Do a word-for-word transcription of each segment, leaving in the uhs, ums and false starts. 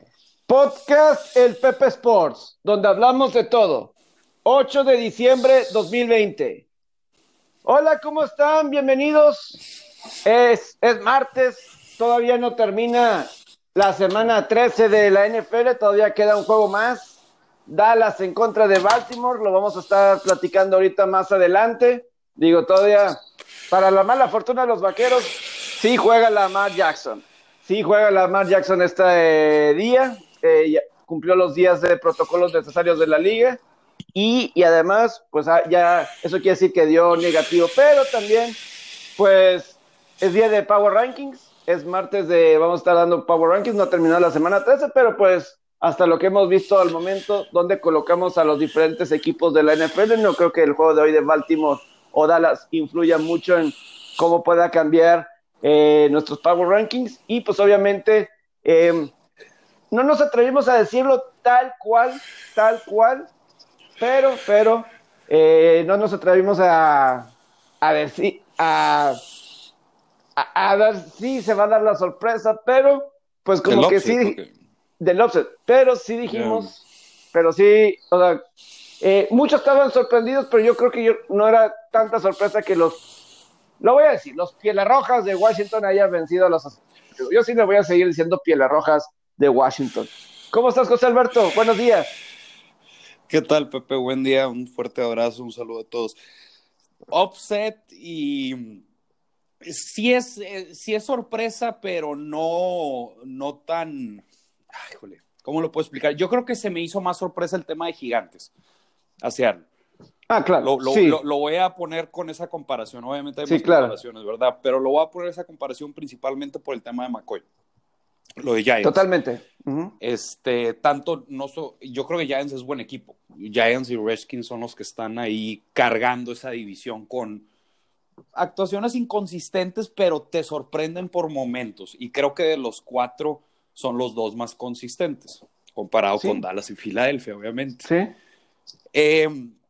Podcast El Pepe Sports, donde hablamos de todo. ocho de diciembre dos mil veinte. Hola, ¿cómo están? Bienvenidos. Es, es martes, todavía no termina la semana trece de la N F L, todavía queda un juego más. Dallas en contra de Baltimore, lo vamos a estar platicando ahorita más adelante. Digo, todavía, para la mala fortuna de los vaqueros, sí juega Lamar Jackson. Sí juega Lamar Jackson este eh, día. Eh, ya cumplió los días de protocolos necesarios de la liga. Y, y además, pues ya eso quiere decir que dio negativo. Pero también, pues, es día de Power Rankings. Es martes de, vamos a estar dando Power Rankings. No ha terminado la semana trece, pero pues hasta lo que hemos visto al momento, donde colocamos a los diferentes equipos de la N F L, no creo que el juego de hoy de Baltimore o Dallas influya mucho en cómo pueda cambiar eh, nuestros Power Rankings. Y pues obviamente eh, no nos atrevimos a decirlo tal cual, tal cual, pero, pero eh, no nos atrevimos a, a decir, a, a, a ver si se va a dar la sorpresa, pero pues como Del que offset, sí, okay. del offset, pero sí dijimos, yeah. pero sí, o sea, eh, muchos estaban sorprendidos, pero yo creo que yo, no era tanta sorpresa que los, lo voy a decir, los Pieles Rojas de Washington hayan vencido a los Aztecas. Yo sí le voy a seguir diciendo Pieles Rojas de Washington. ¿Cómo estás, José Alberto? Buenos días. ¿Qué tal, Pepe? Buen día, un fuerte abrazo, un saludo a todos. Offset y sí es, sí es sorpresa, pero no, no tan... Ay, jole, ¿cómo lo puedo explicar? Yo creo que se me hizo más sorpresa el tema de Gigantes hacia Ah, claro, lo, lo, sí. Lo, lo voy a poner con esa comparación. Obviamente hay sí, más claro. comparaciones, ¿verdad? Pero lo voy a poner esa comparación principalmente por el tema de McCoy. Lo de Giants. Totalmente. Uh-huh. Este, tanto, no so, yo creo que Giants es buen equipo. Giants y Redskins son los que están ahí cargando esa división con actuaciones inconsistentes, pero te sorprenden por momentos. Y creo que de los cuatro son los dos más consistentes, comparado sí. con Dallas y Filadelfia, obviamente. Sí. Eh,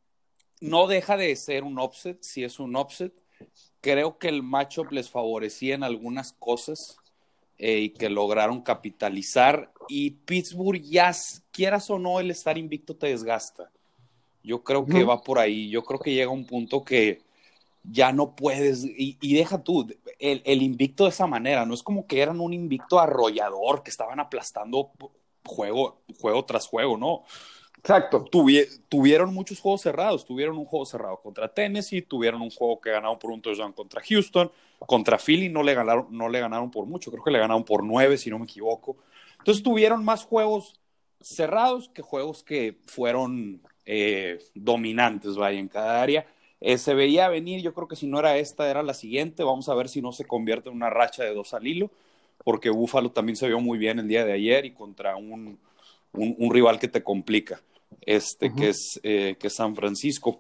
no deja de ser un upset, si es un upset. Creo que el matchup les favorecía en algunas cosas. Eh, y que lograron capitalizar, y Pittsburgh, ya quieras o no, el estar invicto te desgasta. Yo creo que uh-huh. va por ahí. Yo creo que llega un punto que ya no puedes, y, y deja tú, el, el invicto de esa manera, no es como que eran un invicto arrollador, que estaban aplastando juego, juego tras juego, ¿no? Exacto. Tuvi, tuvieron muchos juegos cerrados, tuvieron un juego cerrado contra Tennessee, tuvieron un juego que ganaron por un touchdown contra Houston, contra Philly no le, ganaron, no le ganaron por mucho, creo que le ganaron por nueve, si no me equivoco. Entonces tuvieron más juegos cerrados que juegos que fueron eh, dominantes, vaya, en cada área. Eh, se veía venir, yo creo que si no era esta, era la siguiente. Vamos a ver si no se convierte en una racha de dos al hilo, porque Buffalo también se vio muy bien el día de ayer y contra un, un, un rival que te complica. Este, uh-huh. que, es, eh, que es San Francisco.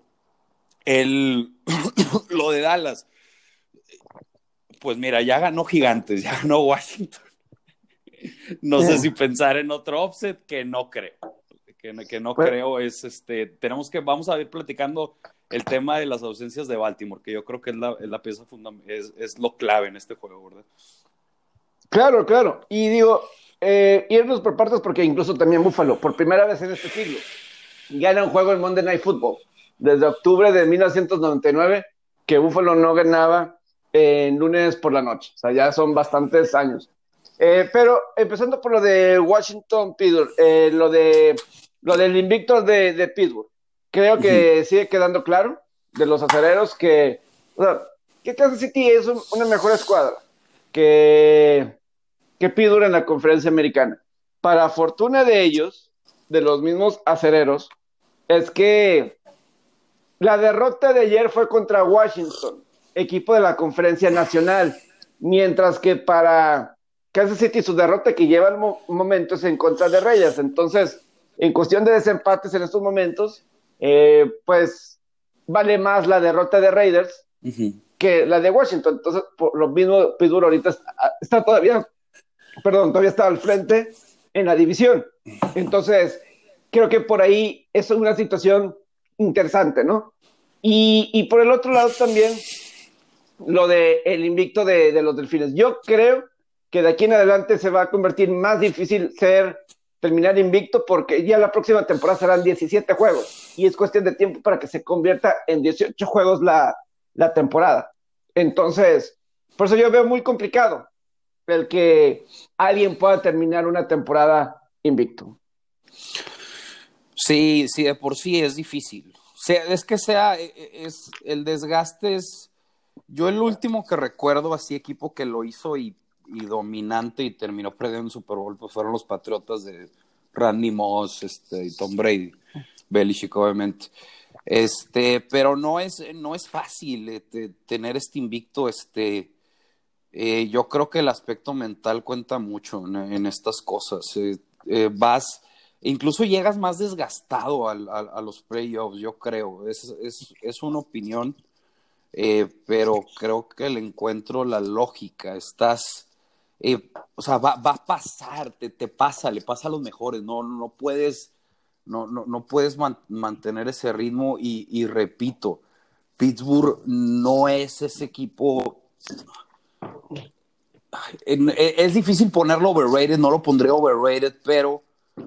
El, lo de Dallas, pues mira, ya ganó Gigantes, ya ganó Washington. No yeah. sé si pensar en otro offset, que no creo. Que, que no pues, creo es, este, tenemos que, vamos a ir platicando el tema de las ausencias de Baltimore, que yo creo que es la, es la pieza fundamental, es, es lo clave en este juego, ¿verdad? Claro, claro. Y digo, eh, irnos por partes, porque incluso también Buffalo, por primera vez en este siglo, gana un juego en Monday Night Football. Desde octubre de mil novecientos noventa y nueve, que Buffalo no ganaba en lunes por la noche. O sea, ya son bastantes años. Eh, pero empezando por lo de Washington, Pittsburgh, eh, lo de lo del invicto de, de Pittsburgh. Creo que uh-huh. sigue quedando claro de los acereros que, o sea, que Kansas City es un, una mejor escuadra que, que Pittsburgh en la conferencia americana. Para fortuna de ellos, de los mismos acereros, es que la derrota de ayer fue contra Washington, equipo de la conferencia nacional, mientras que para Kansas City su derrota que lleva el mo- momento es en contra de Raiders. Entonces, en cuestión de desempates en estos momentos, eh, pues vale más la derrota de Raiders uh-huh. que la de Washington. Entonces, por lo mismo, Pittsburgh ahorita está, está todavía, perdón, todavía está al frente en la división. Entonces, creo que por ahí es una situación interesante, ¿no? Y, y por el otro lado también, lo de el invicto de, de los Delfines. Yo creo que de aquí en adelante se va a convertir más difícil ser terminar invicto porque ya la próxima temporada serán diecisiete juegos y es cuestión de tiempo para que se convierta en dieciocho juegos la, la temporada. Entonces, por eso yo veo muy complicado el que alguien pueda terminar una temporada invicto. Sí, sí, de por sí es difícil. O sea, es que sea, es, el desgaste es, yo el último que recuerdo así equipo que lo hizo y, y dominante y terminó perdiendo un Super Bowl, pues fueron los Patriotas de Randy Moss, este, y Tom Brady, Belichick obviamente. Este, pero no es, no es fácil este, tener este invicto, este, eh, yo creo que el aspecto mental cuenta mucho en, en estas cosas. Eh, eh, vas, incluso llegas más desgastado al, al, a los playoffs, yo creo. Es, es, es una opinión, eh, pero creo que le encuentro la lógica. Estás, eh, o sea, va, va a pasar, te, te pasa, le pasa a los mejores. No, no puedes, no, no, no puedes man, mantener ese ritmo y, y repito, Pittsburgh no es ese equipo. Es difícil ponerlo overrated, no lo pondré overrated, pero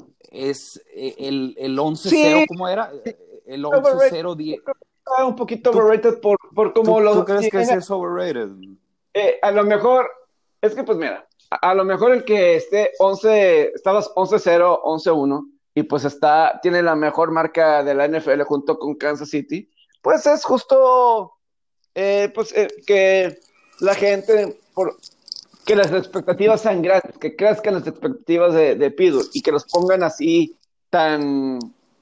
es el, el once cero, Sí, ¿cómo era? El once overrated. cero diez. Está un poquito ¿Tú, overrated por, por cómo tú, ¿Tú lo crees que sí tienen. es overrated? Eh, a lo mejor, es que pues mira, a, a lo mejor el que esté once, estabas once cero, once uno, y pues está, tiene la mejor marca de la N F L junto con Kansas City, pues es justo, eh, pues eh, que la gente, por, que las expectativas sean grandes, que crezcan las expectativas de, de Pittsburgh y que los pongan así tan,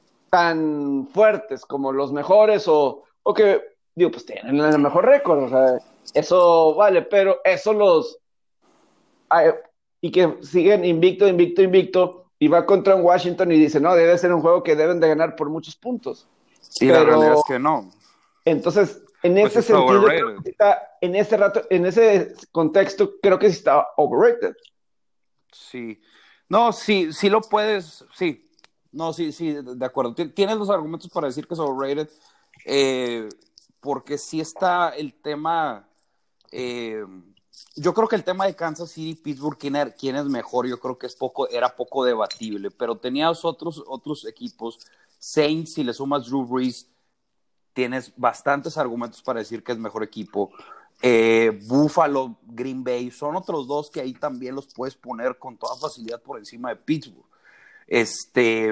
tan fuertes como los mejores o, o que, digo, pues tienen el mejor récord, o sea, eso vale, pero eso los, ay, y que siguen invicto, invicto, invicto, y va contra un Washington y dice, no, debe ser un juego que deben de ganar por muchos puntos. Y la realidad Pero es que no. entonces, en Pues sí ese está sentido, overrated. está, en ese rato, en ese contexto, creo que sí está overrated. Sí. No, sí, sí lo puedes, sí. No, sí, sí, de acuerdo. Tienes los argumentos para decir que es overrated, eh, porque sí está el tema, eh, yo creo que el tema de Kansas City, Pittsburgh, quién, era, quién es mejor, yo creo que es poco, era poco debatible, pero tenías otros, otros equipos, Saints, si le sumas Drew Brees, tienes bastantes argumentos para decir que es mejor equipo. Eh, Buffalo, Green Bay, son otros dos que ahí también los puedes poner con toda facilidad por encima de Pittsburgh. Este,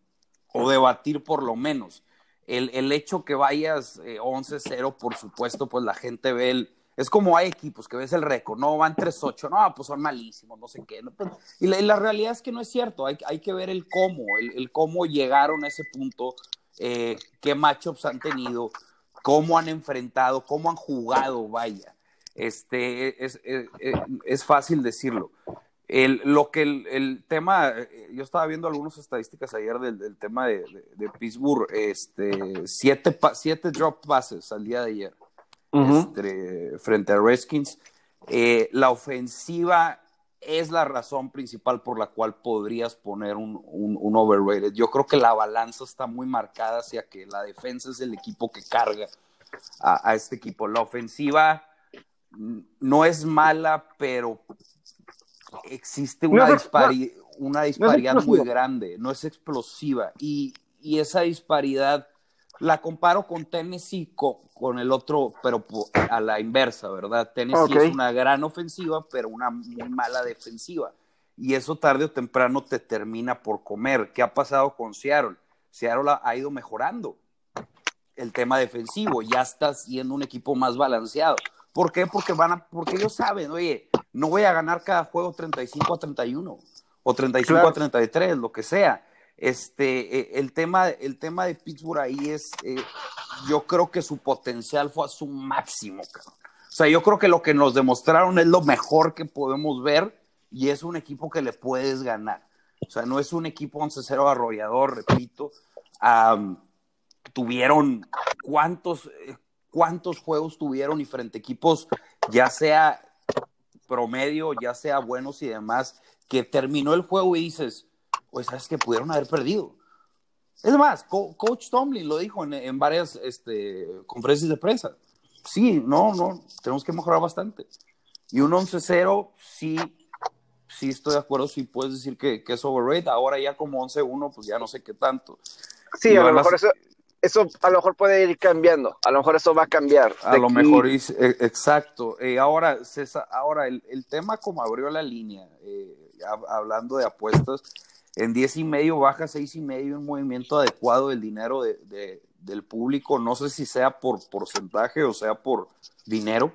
o debatir por lo menos. El, el hecho que vayas eh, once cero, por supuesto, pues la gente ve el... Es como hay equipos que ves el récord, no, van tres ocho, no, pues son malísimos, no sé qué. No, pues, y, la, y, la, realidad es que no es cierto, hay, hay que ver el cómo, el, el cómo llegaron a ese punto, eh, qué matchups han tenido, cómo han enfrentado, cómo han jugado, vaya. Este, es, es, es fácil decirlo. El, lo que el, el tema, yo estaba viendo algunas estadísticas ayer del, del tema de, de, de Pittsburgh, este, siete, siete drop passes al día de ayer, uh-huh. este, frente a Redskins. Eh, la ofensiva es la razón principal por la cual podrías poner un, un, un overrated. Yo creo que la balanza está muy marcada hacia que la defensa es el equipo que carga a, a este equipo. La ofensiva no es mala, pero existe una, no es, dispari no, una disparidad no muy grande, no es explosiva, y, y esa disparidad la comparo con Tennessee con, con el otro, pero a la inversa, ¿verdad? Tennessee okay. es una gran ofensiva, pero una muy mala defensiva, y eso tarde o temprano te termina por comer. ¿Qué ha pasado con Seattle? Seattle ha ido mejorando el tema defensivo, ya está siendo un equipo más balanceado. ¿Por qué? Porque, van a, porque ellos saben, oye, no voy a ganar cada juego treinta y cinco a treinta y uno o treinta y cinco claro. a treinta y tres, lo que sea. Este, eh, el, tema, el tema de Pittsburgh ahí es, eh, yo creo que su potencial fue a su máximo, cabrón. O sea, yo creo que lo que nos demostraron es lo mejor que podemos ver y es un equipo que le puedes ganar. O sea, no es un equipo once cero arrollador, repito. Um, tuvieron cuántos... Eh, cuántos juegos tuvieron y frente a equipos, ya sea promedio, ya sea buenos y demás, que terminó el juego y dices, pues sabes que pudieron haber perdido. Es más, Co- Coach Tomlin lo dijo en, en varias este, conferencias de prensa. Sí, no, no, tenemos que mejorar bastante. Y un once cero sí, sí estoy de acuerdo, sí puedes decir que, que es overrated. Ahora ya como once uno, pues ya no sé qué tanto. Sí, Y a lo van a, mejor eso, eso a lo mejor puede ir cambiando, a lo mejor eso va a cambiar. a De lo aquí, mejor, es, eh, exacto. Eh, ahora, César, ahora el, el tema como abrió la línea, eh, hablando de apuestas, en diez y medio baja seis y medio, un movimiento adecuado del dinero de, de, del público. No sé si sea por porcentaje o sea por dinero.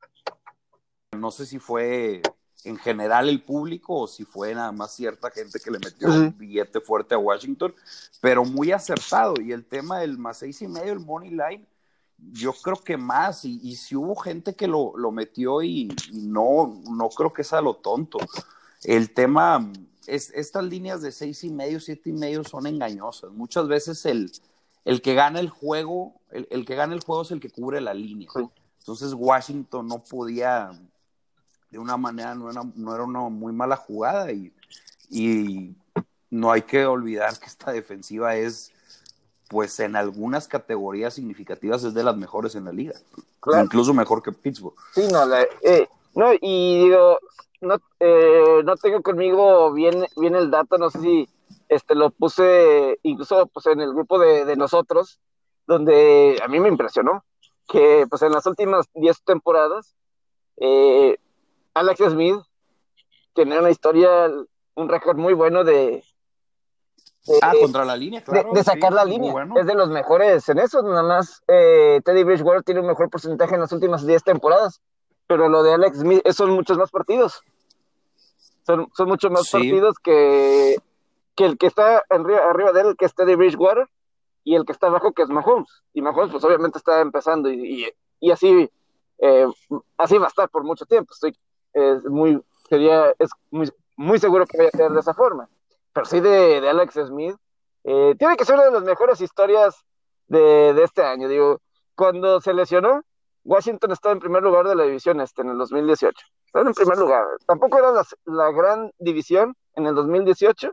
No sé si fue en general el público o si fue nada más cierta gente que le metió uh-huh. un billete fuerte a Washington, pero muy acertado. Y el tema del más seis y medio, el money line, yo creo que más. Y, y si hubo gente que lo, lo metió y, y no, no creo que sea lo tonto. El tema es estas líneas de seis y medio, siete y medio son engañosas. Muchas veces el, el que gana el juego, el, el que gana el juego es el que cubre la línea. Sí. Entonces Washington no podía, de una manera, no era, no era una muy mala jugada y, y no hay que olvidar que esta defensiva es, pues en algunas categorías significativas es de las mejores en la liga, Claro. incluso mejor que Pittsburgh. Sí, no, la, eh, no, y digo, no, eh, no tengo conmigo bien, bien el dato, no sé si este lo puse incluso pues en el grupo de, de nosotros, donde a mí me impresionó que pues en las últimas diez temporadas, eh, Alex Smith tiene una historia, un récord muy bueno de, Ah, de, contra la línea, de, claro, de sacar sí, la muy línea. bueno. Es de los mejores en eso. Nada más eh, Teddy Bridgewater tiene un mejor porcentaje en las últimas diez temporadas. Pero lo de Alex Smith son muchos más partidos. Son, son muchos más Sí, partidos que, que el que está arriba, arriba de él, que es Teddy Bridgewater, y el que está abajo, que es Mahomes. Y Mahomes, pues obviamente está empezando. Y, y, y así, eh, así va a estar por mucho tiempo. Estoy es muy, sería, es muy, muy seguro que vaya a ser de esa forma. Pero sí de, de Alex Smith. Eh, tiene que ser una de las mejores historias de, de este año. Digo, cuando se lesionó, Washington estaba en primer lugar de la división este en el dos mil dieciocho. Estaba en primer lugar. Tampoco era la, la gran división en el dos mil dieciocho,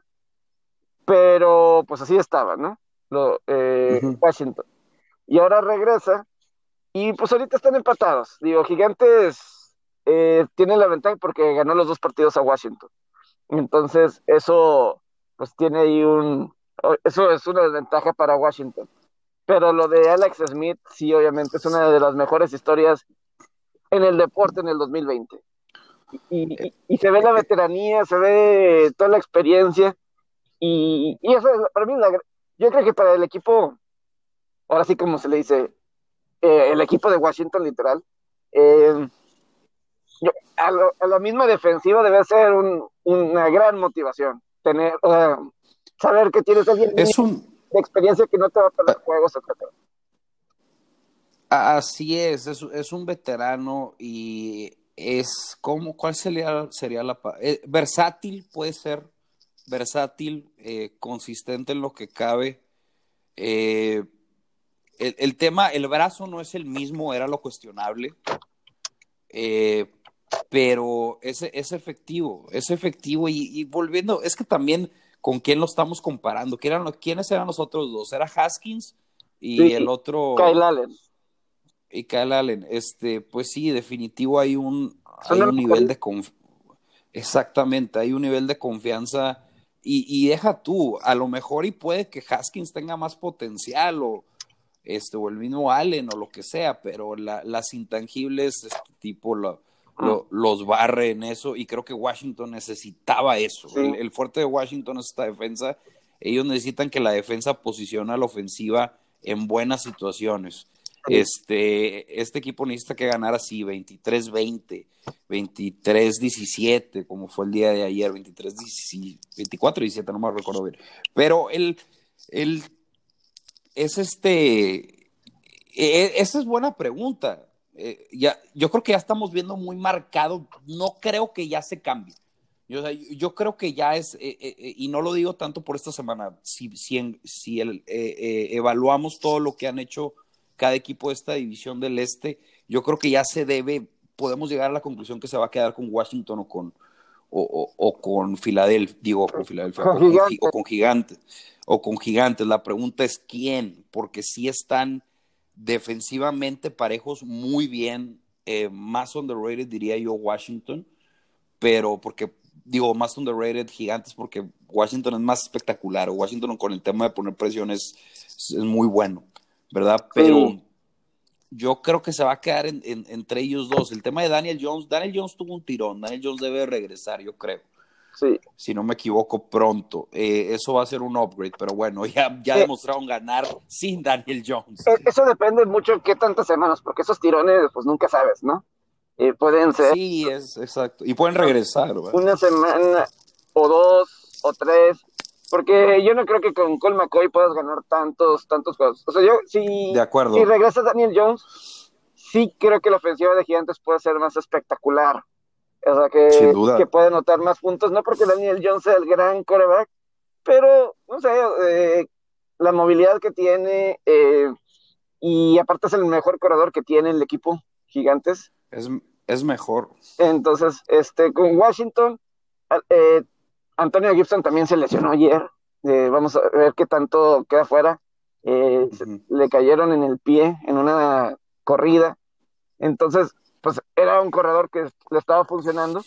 pero pues así estaba, ¿no? Lo, eh, uh-huh. Washington. Y ahora regresa y pues ahorita están empatados. Digo, Gigantes eh, tiene la ventaja porque ganó los dos partidos a Washington. Entonces, eso pues tiene ahí un... Eso es una desventaja para Washington. Pero lo de Alex Smith, sí, obviamente, es una de las mejores historias en el deporte en el dos mil veinte. Y, y, y se ve la veteranía, se ve toda la experiencia. Y, y eso es, para mí, la, yo creo que para el equipo, ahora sí como se le dice, eh, el equipo de Washington, literal, eh, yo, a, lo, a, la misma defensiva debe ser un, una gran motivación. Tener, uh, saber que tienes a alguien Es un, de experiencia que no te va a perder juegos, etcétera. así es, es, es un veterano y es como, ¿cuál sería, sería la eh, versátil? Puede ser versátil, eh, consistente en lo que cabe. Eh, el, el, tema, el brazo no es el mismo, era lo cuestionable, eh, pero es, es efectivo, es efectivo y, y, volviendo, es que también con quién lo estamos comparando, ¿Quién eran, ¿quiénes eran los otros dos? Era Haskins y Sí, el Kyle otro... Allen. Y Kyle Allen, este, pues sí, definitivo hay un, Son hay los un nivel mejores. de confianza, exactamente, hay un nivel de confianza y, y, deja tú, a lo mejor y puede que Haskins tenga más potencial o, este, o el mismo Allen o lo que sea, pero la, las intangibles, este tipo lo, Mm, lo, los barre en eso y creo que Washington necesitaba eso. sí. El, el fuerte de Washington es esta defensa, ellos necesitan que la defensa posicione a la ofensiva en buenas situaciones. Sí. Este, este equipo necesita que ganara así veintitrés veinte, veintitrés diecisiete, como fue el día de ayer, veintitrés veinticuatro diecisiete, no me recuerdo bien. Pero el, el es este, eh, esa es buena pregunta. Eh, ya, yo creo que ya estamos viendo muy marcado, no creo que ya se cambie. Yo, o sea, yo creo que ya es, eh, eh, y no lo digo tanto por esta semana, si, si, en, si el, eh, eh, evaluamos todo lo que han hecho cada equipo de esta división del Este, yo creo que ya se debe, podemos llegar a la conclusión que se va a quedar con Washington o con, o, o, o con Filadelfia, digo con Filadelfia, Con o con, o Gigantes. con Gigantes, o con Gigantes. La pregunta es quién, porque sí están defensivamente parejos muy bien, eh, más underrated diría yo Washington, pero porque digo, más underrated, Gigantes, porque Washington es más espectacular. Washington con el tema de poner presión es, es muy bueno, ¿verdad? Pero Sí, yo creo que se va a quedar en, en, entre ellos dos. El tema de Daniel Jones, Daniel Jones tuvo un tirón, Daniel Jones debe regresar, yo creo, sí. si no me equivoco, pronto. Eh, eso va a ser un upgrade, pero bueno, ya, ya Eh, demostraron ganar sin Daniel Jones. eh, eso depende mucho de qué tantas semanas, porque esos tirones, pues nunca sabes, ¿no? Eh, pueden ser Sí, es exacto. Y pueden regresar, ¿verdad? una semana o dos o tres, porque yo no creo que con Cole McCoy puedas ganar tantos, tantos juegos. O sea, yo, De si, si acuerdo. regresa Daniel Jones, sí creo que la ofensiva de Gigantes puede ser más espectacular. O sea, Sin que, que duda. puede anotar más puntos, no porque Daniel Jones sea el gran quarterback, pero, no sé, eh, la movilidad que tiene, eh, y aparte es el mejor corredor que tiene el equipo Gigantes. Es, es mejor. Entonces, este, con Washington, eh, Antonio Gibson también se lesionó ayer. Eh, vamos a ver qué tanto queda fuera. Eh, se- Ujú. le cayeron en el pie en una corrida. Entonces, pues era un corredor que le estaba funcionando.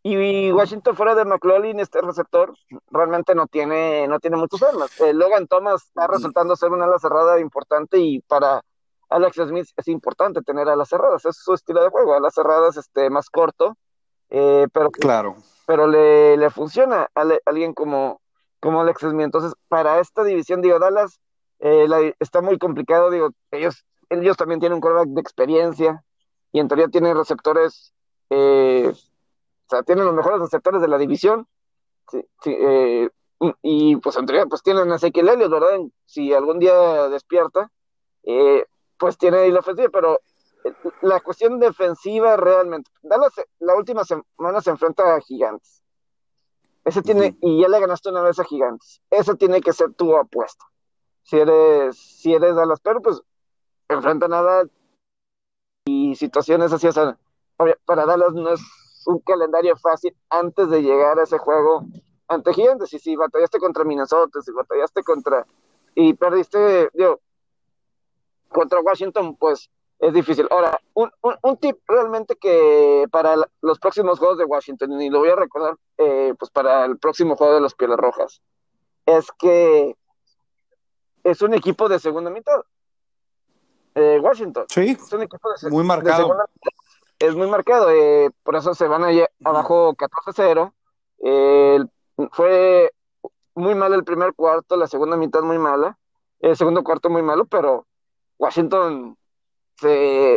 Y Washington fuera de McLaughlin, este receptor, realmente no tiene, no tiene muchas armas. Eh, Logan Thomas está resultando ser una ala cerrada importante y para Alex Smith es importante tener alas cerradas. Es su estilo de juego, alas cerradas este, más corto, eh, pero, Claro. pero le, le funciona a ale- alguien como, como Alex Smith. Entonces, para esta división, digo, Dallas eh, la- está muy complicado. Digo, ellos, ellos también tienen un quarterback de experiencia y en teoría tienen receptores, eh, o sea, tienen los mejores receptores de la división. Sí, sí, eh, y pues en teoría, pues tienen a Ezequiel Elliott, ¿verdad? Si algún día despierta, eh, pues tiene ahí la ofensiva, pero eh, la cuestión defensiva realmente, Dallas eh, la última semana se enfrenta a Gigantes. Ese tiene, Ujú. y ya le ganaste una vez a Gigantes. Esa tiene que ser tu apuesta. Si eres, si eres Dallas, pero pues enfrenta nada y situaciones así, o sea, para, para Dallas no es un calendario fácil antes de llegar a ese juego ante Gigantes. Y si batallaste contra Minnesota, si batallaste contra y perdiste, digo, contra Washington, pues es difícil. Ahora, un, un, un tip realmente que para la, los próximos juegos de Washington, y lo voy a recordar eh, pues para el próximo juego de los Pieles Rojas, es que es un equipo de segunda mitad. Eh, Washington Sí, es un equipo de, muy de marcado. segunda, es muy marcado, eh, por eso se van allá Ujú. abajo catorce cero. Eh, fue muy mal el primer cuarto, la segunda mitad muy mala, el segundo cuarto muy malo, pero Washington se,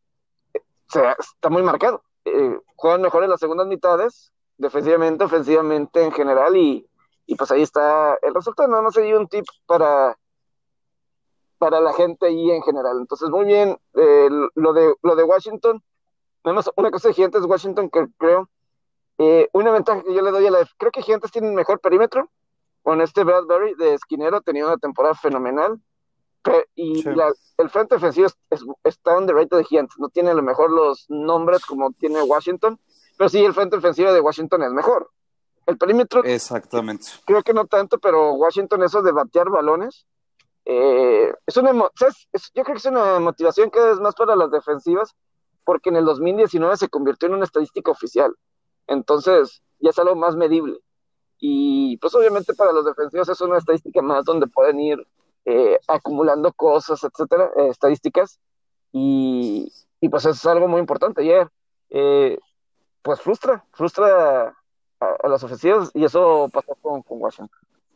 se está muy marcado. Eh, juegan mejor en las segundas mitades, defensivamente, ofensivamente en general, y, y pues ahí está el resultado. Nada más hay un tip para, para la gente ahí en general. Entonces, muy bien, eh, lo, de, lo de Washington, nada más una cosa de Gigantes Washington que creo, eh, una ventaja que yo le doy a la... Creo que Gigantes tienen mejor perímetro, con este Bradbury de esquinero, tenía una temporada fenomenal. Y Sí. la, el frente ofensivo es, es, está underrated de Gigantes. No tiene a lo mejor los nombres como tiene Washington, pero sí el frente ofensivo de Washington es mejor. El perímetro, Exactamente. creo que no tanto, pero Washington, eso de batear balones, eh, es una, ¿sabes? Es, yo creo que es una motivación cada vez más para las defensivas, porque en el dos mil diecinueve se convirtió en una estadística oficial. Entonces, ya es algo más medible. Y pues obviamente para los defensivos es una estadística más donde pueden ir eh, acumulando cosas, etcétera, eh, estadísticas. Y, y, pues eso es algo muy importante. Ayer, eh, pues frustra, frustra a, a, las ofensivas y eso pasó con, con Washington.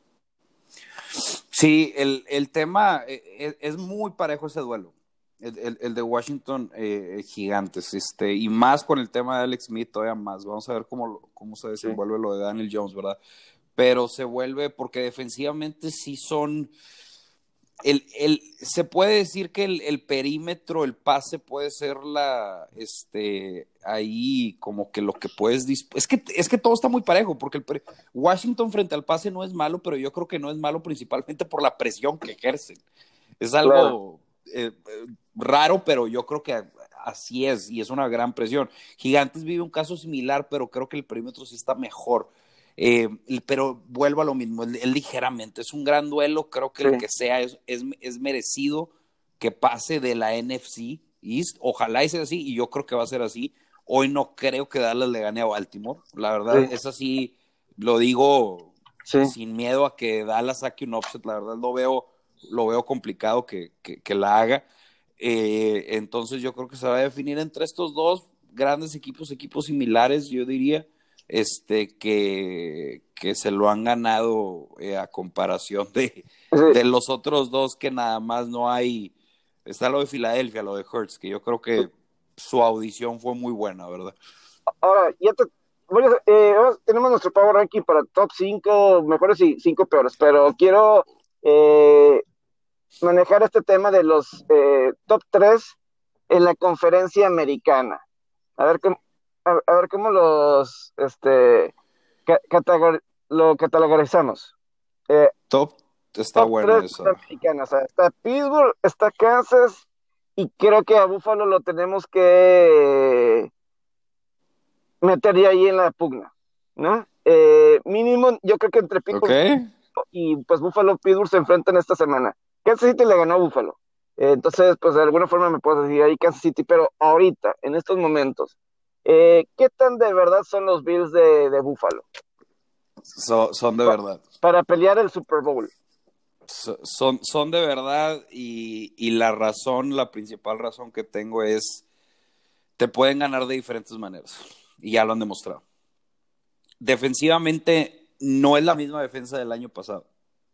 Sí, el, el tema eh, es, es muy parejo ese duelo. El, el, el de Washington eh, Gigantes, este, y más con el tema de Alex Smith, todavía más. Vamos a ver cómo, cómo se Sí, desenvuelve lo de Daniel Jones, ¿verdad? Pero se vuelve, porque defensivamente sí son, el, el, se puede decir que el, el, perímetro, el pase puede ser la, este, ahí como que lo que puedes, es que, es que todo está muy parejo, porque el, Washington frente al pase no es malo, pero yo creo que no es malo principalmente por la presión que ejercen. Es claro. algo eh, raro, pero yo creo que así es, y es una gran presión. Gigantes vive un caso similar, pero creo que el perímetro sí está mejor. Eh, pero vuelvo a lo mismo, es, es ligeramente, es un gran duelo, creo que Sí. el que sea es, es, es merecido que pase de la N F C East, ojalá y sea así, y yo creo que va a ser así, Hoy no creo que Dallas le gane a Baltimore. La verdad, Sí, es así, lo digo sí. sin miedo a que Dallas saque un upset. La verdad, lo veo, lo veo complicado que, que, que la haga. Eh, entonces, yo creo que se va a definir entre estos dos grandes equipos, equipos similares, yo diría, este, que, que se lo han ganado eh, a comparación de, Sí. de los otros dos que nada más no hay. Está lo de Filadelfia, lo de Hurts, que yo creo que su audición fue muy buena, ¿verdad? Ahora, ya te, voy a- eh, vamos- tenemos nuestro Power Ranking para top cinco mejores y cinco peores, pero quiero eh, manejar este tema de los eh, top tres en la conferencia americana. A ver cómo, a, a ver cómo los este, ca- categor- lo catalogarizamos. Eh, Top, está top tres buena de esa. americana. O sea, está Pittsburgh, está Kansas, y creo que a Buffalo lo tenemos que metería ahí en la pugna, ¿no? Eh, mínimo, yo creo que entre ¿Ok? Pittsburgh y pues Buffalo Pittsburgh se enfrentan esta semana. Kansas City le ganó a Buffalo. Eh, entonces, pues de alguna forma me puedo decir ahí Kansas City, pero ahorita, en estos momentos, eh, ¿qué tan de verdad son los Bills de, de Buffalo So- son de Pa- verdad. para pelear el Super Bowl? So- son, son de verdad y, y la razón, la principal razón que tengo es, te pueden ganar de diferentes maneras y ya lo han demostrado. Defensivamente no es la misma defensa del año pasado,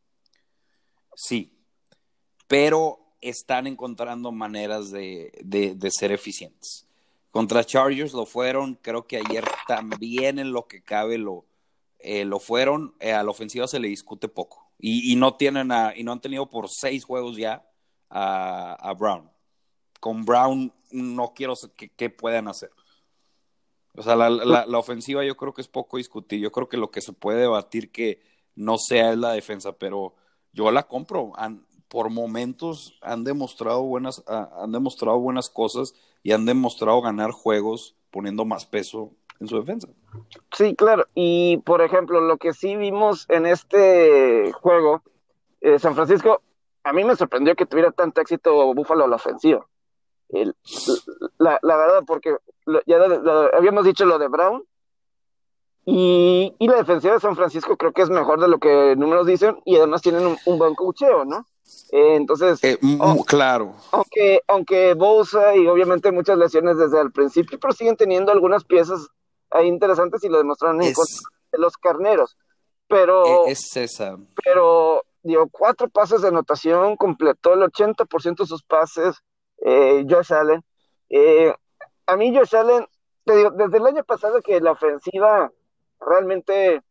sí, pero están encontrando maneras de, de, de ser eficientes. Contra Chargers lo fueron, creo que ayer también en lo que cabe lo, eh, lo fueron. Eh, a la ofensiva se le discute poco y, y no tienen a, y no han tenido por seis juegos ya a, a Brown. Con Brown no quiero que, que puedan hacer. O sea, la, la, la, ofensiva yo creo que es poco discutir. Yo creo que lo que se puede debatir que no sea es la defensa, pero yo la compro. Han, por momentos han demostrado buenas, han demostrado buenas cosas y han demostrado ganar juegos poniendo más peso en su defensa. Sí, claro. Y por ejemplo, lo que sí vimos en este juego, eh, San Francisco, a mí me sorprendió que tuviera tanto éxito Buffalo a la ofensiva. El, la, la, verdad, porque lo, ya lo, lo, habíamos dicho lo de Brown, y, y, la defensiva de San Francisco creo que es mejor de lo que números dicen, y además tienen un, un buen cocheo, ¿no? Eh, entonces, Eh, oh, claro. aunque, aunque Bosa y obviamente muchas lesiones desde el principio, pero siguen teniendo algunas piezas ahí interesantes y lo demostraron en contra Es, de los carneros. es, Pero, es esa. pero, digo, cuatro pases de anotación, completó el ochenta por ciento de sus pases, eh, Josh Allen. Eh, a mí Josh Allen, te digo, desde el año pasado que la ofensiva realmente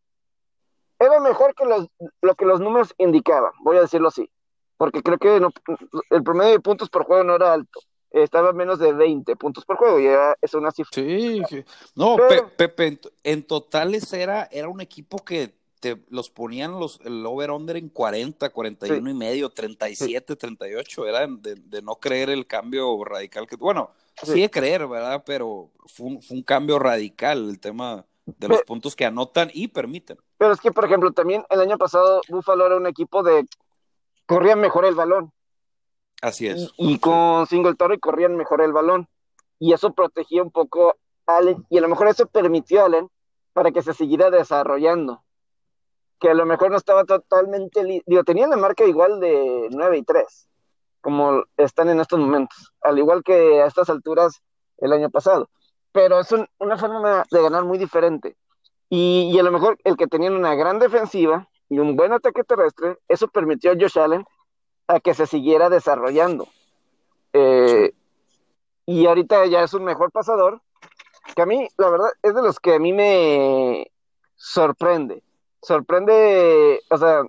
era mejor que los, lo que los números indicaban, voy a decirlo así, porque creo que no, el promedio de puntos por juego no era alto, estaba a menos de veinte puntos por juego, y era, es una cifra. Sí, no, Pe- Pero, Pepe, en, en totales era, era un equipo que te los ponían los, el over-under en cuarenta, cuarenta y sí, uno y medio, sí, treinta y siete, treinta y ocho, era de, de no creer el cambio radical que, bueno, sí. sí de creer, ¿verdad? Pero fue un, fue un cambio radical el tema de los Pero, puntos que anotan y permiten. pero es que, por ejemplo, también el año pasado Buffalo era un equipo de corrían mejor el balón, Así y, es, y sí. con Singletary corrían mejor el balón, y eso protegía un poco a Allen, y a lo mejor eso permitió a Allen para que se siguiera desarrollando, que a lo mejor no estaba totalmente, li- digo, tenían la marca igual de nueve y tres, como están en estos momentos, al igual que a estas alturas el año pasado, pero es un, una forma de ganar muy diferente, y, y, a lo mejor el que tenían una gran defensiva y un buen ataque terrestre, eso permitió a Josh Allen a que se siguiera desarrollando, Sí. eh, y ahorita ya es un mejor pasador, que a mí, la verdad, es de los que a mí me sorprende, sorprende, o sea,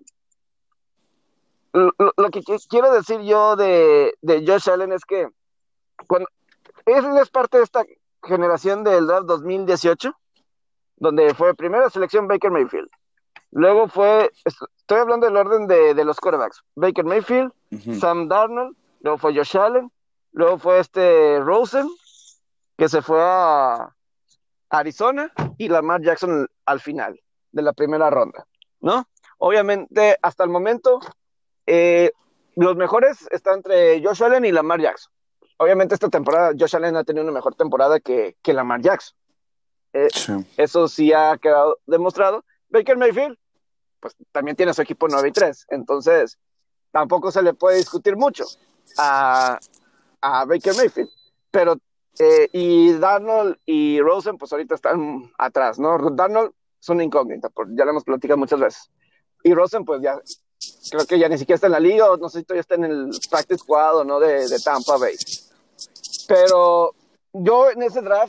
lo, lo que quiero decir yo de, de Josh Allen es que cuando él es parte de esta generación del draft dos mil dieciocho, donde fue primera selección Baker Mayfield. Luego fue, estoy hablando del orden de, de los quarterbacks, Baker Mayfield, Uh-huh. Sam Darnold, luego fue Josh Allen, luego fue este Rosen, que se fue a Arizona, y Lamar Jackson al final de la primera ronda, ¿no? Obviamente, hasta el momento, eh, los mejores están entre Josh Allen y Lamar Jackson. obviamente esta temporada Josh Allen ha tenido una mejor temporada que, que Lamar Jackson. Eh, Sí. Eso sí ha quedado demostrado. Baker Mayfield, pues también tiene su equipo nueve y tres, entonces tampoco se le puede discutir mucho a, a Baker Mayfield, pero eh, y Darnold y Rosen pues ahorita están atrás, ¿no? Darnold es una incógnita, ya lo hemos platicado muchas veces, y Rosen pues ya creo que ya ni siquiera está en la liga, o no sé si todavía está en el practice squad o no de, de Tampa Bay, pero yo en ese draft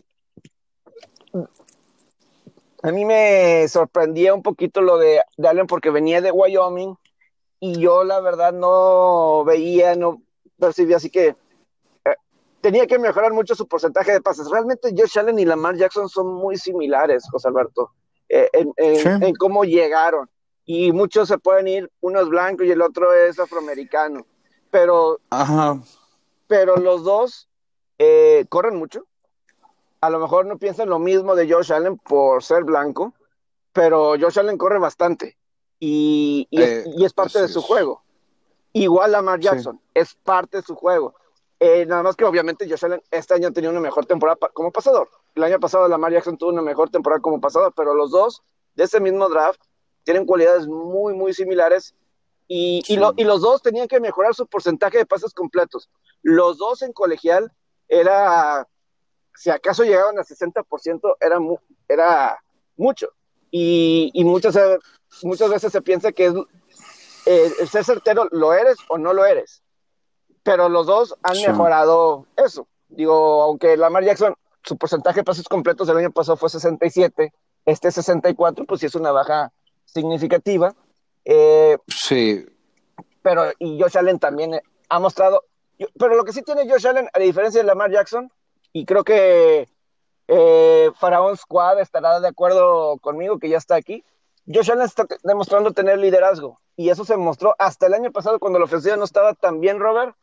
a mí me sorprendía un poquito lo de, de Allen porque venía de Wyoming y yo la verdad no veía, no percibía, así que eh, tenía que mejorar mucho su porcentaje de pases. Realmente Josh Allen y Lamar Jackson son muy similares, José Alberto, eh, en, Sí. en, en cómo llegaron. Y muchos se pueden ir, uno es blanco y el otro es afroamericano, pero, Ajá. pero los dos eh, corren mucho. A lo mejor no piensan lo mismo de Josh Allen por ser blanco, pero Josh Allen corre bastante y, y, es, Eh, y es parte de así su es. juego. Igual Lamar Sí. Jackson, es parte de su juego. Eh, nada más que obviamente Josh Allen este año ha tenido una mejor temporada pa- como pasador. El año pasado Lamar Jackson tuvo una mejor temporada como pasador, pero los dos de ese mismo draft tienen cualidades muy, muy similares y, y, Sí. lo, y los dos tenían que mejorar su porcentaje de pases completos. Los dos en colegial era, si acaso llegaban a sesenta por ciento, era, mu era mucho. Y, y muchas, muchas veces se piensa que es, eh, el ser certero, lo eres o no lo eres. Pero los dos han Sí. mejorado eso. Digo, aunque Lamar Jackson, su porcentaje de pases completos del año pasado fue sesenta y siete, este sesenta y cuatro, pues sí es una baja significativa. Eh, Sí. pero, y Josh Allen también ha mostrado, pero lo que sí tiene Josh Allen, a diferencia de Lamar Jackson, y creo que eh, Faraón Squad estará de acuerdo conmigo, que ya está aquí. Josh Allen está demostrando tener liderazgo y eso se mostró hasta el año pasado cuando la ofensiva no estaba tan bien, Robert,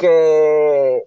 que,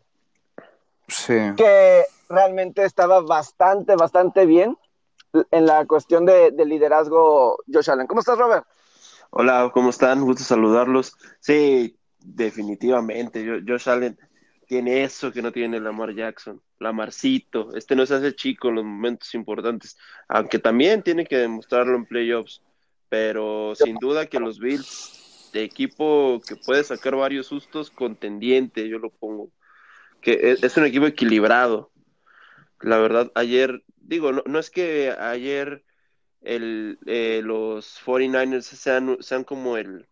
Sí. que realmente estaba bastante, bastante bien en la cuestión de, de liderazgo Josh Allen. ¿Cómo estás, Robert? Hola, ¿cómo están? Gusto saludarlos. Sí, definitivamente. Yo- Josh Allen tiene eso que no tiene Lamar Jackson. Lamarcito. Este no se hace chico en los momentos importantes, aunque también tiene que demostrarlo en playoffs. Pero sin duda que los Bills, de equipo que puede sacar varios sustos, contendiente, yo lo pongo. Que es, es un equipo equilibrado. La verdad, ayer, digo, no, no es que ayer el, eh, los cuarenta y nueve ers sean, sean como el,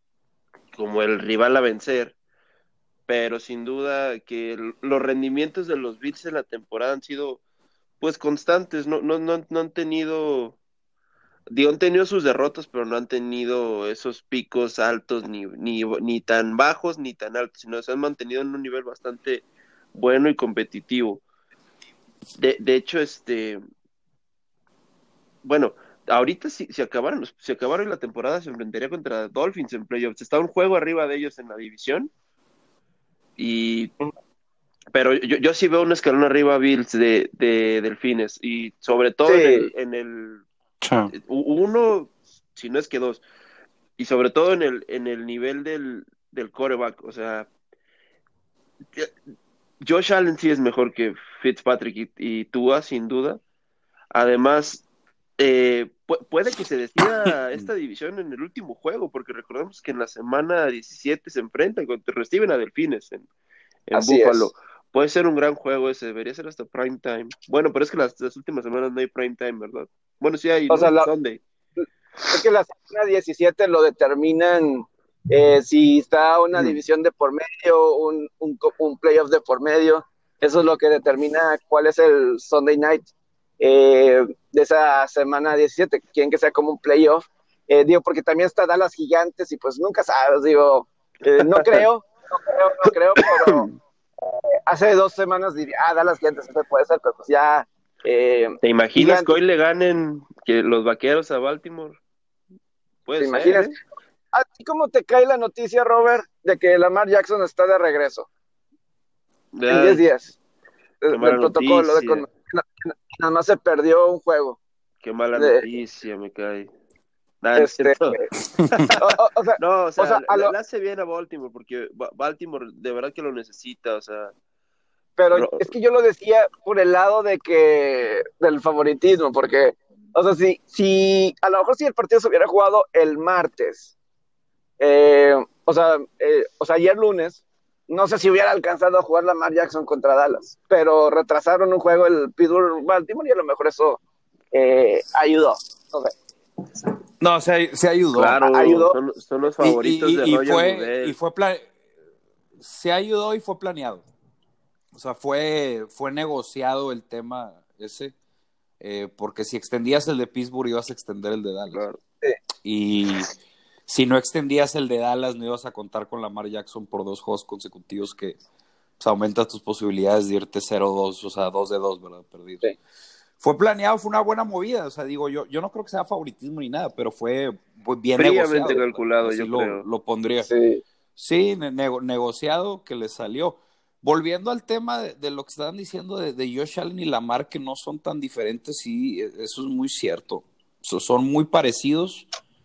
como el rival a vencer, pero sin duda que el- los rendimientos de los Bills en la temporada han sido pues constantes, no, no, no, no han tenido, digo, han tenido sus derrotas, pero no han tenido esos picos altos, ni, ni, ni tan bajos ni tan altos, sino se han mantenido en un nivel bastante bueno y competitivo. De, de hecho, este, bueno, ahorita si, si acabaron, si acabaron la temporada se enfrentaría contra Dolphins en playoffs. Está un juego arriba de ellos en la división. Y, pero yo, yo sí veo un escalón arriba a Bills de, de Delfines. Y sobre todo en el, Sí, en el Sí. uno, si no es que dos. Y sobre todo en el, en el nivel del, del quarterback. O sea, Josh Allen sí es mejor que Fitzpatrick y, y Tua, sin duda. Además, eh, pu- puede que se decida esta división en el último juego, porque recordemos que en la semana diecisiete se enfrentan contra, reciben a Delfines en, en así Buffalo. es. Puede ser un gran juego ese, debería ser hasta prime time. Bueno, pero es que las, las últimas semanas no hay prime time, ¿verdad? Bueno, sí hay, O sea, ¿no? la, Sunday. es que la semana diecisiete lo determinan eh, si está una Ujú. división de por medio, un, un, un, playoff de por medio. Eso es lo que determina cuál es el Sunday night eh, de esa semana diecisiete. Quieren que sea como un playoff. Eh, digo, porque también está Dallas Gigantes y pues nunca sabes, digo, eh, no creo, no creo, no creo, pero hace dos semanas diría, ah, Dallas Gigantes siempre puede ser, pero pues ya eh, ¿Te imaginas que Gigantes, hoy le ganen que los vaqueros a Baltimore? ¿te Puede ser, imaginas? ¿eh? ¿Así como te cae la noticia, Robert, de que Lamar Jackson está de regreso en diez Ay, días qué de- del mala protocolo de con- noticia. nada más se perdió un juego? Qué mala De, noticia, me cae. Nada, no es este, cierto. o, o- o sea, No, o o sea, sea, a le, lo, le hace bien a Baltimore porque Ba- Baltimore de verdad que lo necesita, o sea, pero es que yo lo decía por el lado de que del favoritismo, porque, o sea, si, si a lo mejor si el partido se hubiera jugado el martes, eh, o sea, eh, o sea, ayer lunes, no sé si hubiera alcanzado a jugar Lamar Jackson contra Dallas, pero retrasaron un juego el Pittsburgh Baltimore y a lo mejor eso eh, ayudó. No sé. No, se, se ayudó. Claro, ayudó. Son, son los favoritos y, y, de y Roger fue, Goodell. y fue plan... se ayudó y fue planeado. O sea, fue, fue negociado el tema ese, eh, porque si extendías el de Pittsburgh ibas a extender el de Dallas. Claro. Sí. Y si no extendías el de Dallas no ibas a contar con Lamar Jackson por dos juegos consecutivos que pues, aumentas tus posibilidades de irte cero dos, o sea, dos de dos, ¿verdad? Perdido. Sí. Fue planeado, fue una buena movida, o sea, digo, yo, yo no creo que sea favoritismo ni nada, pero fue bien Fríamente negociado. calculado, Así yo lo, creo. lo pondría. Sí. Sí, ne- negociado que le salió. Volviendo al tema de, de lo que estaban diciendo de, de Josh Allen y Lamar, que no son tan diferentes, sí, eso es muy cierto. So, son muy parecidos.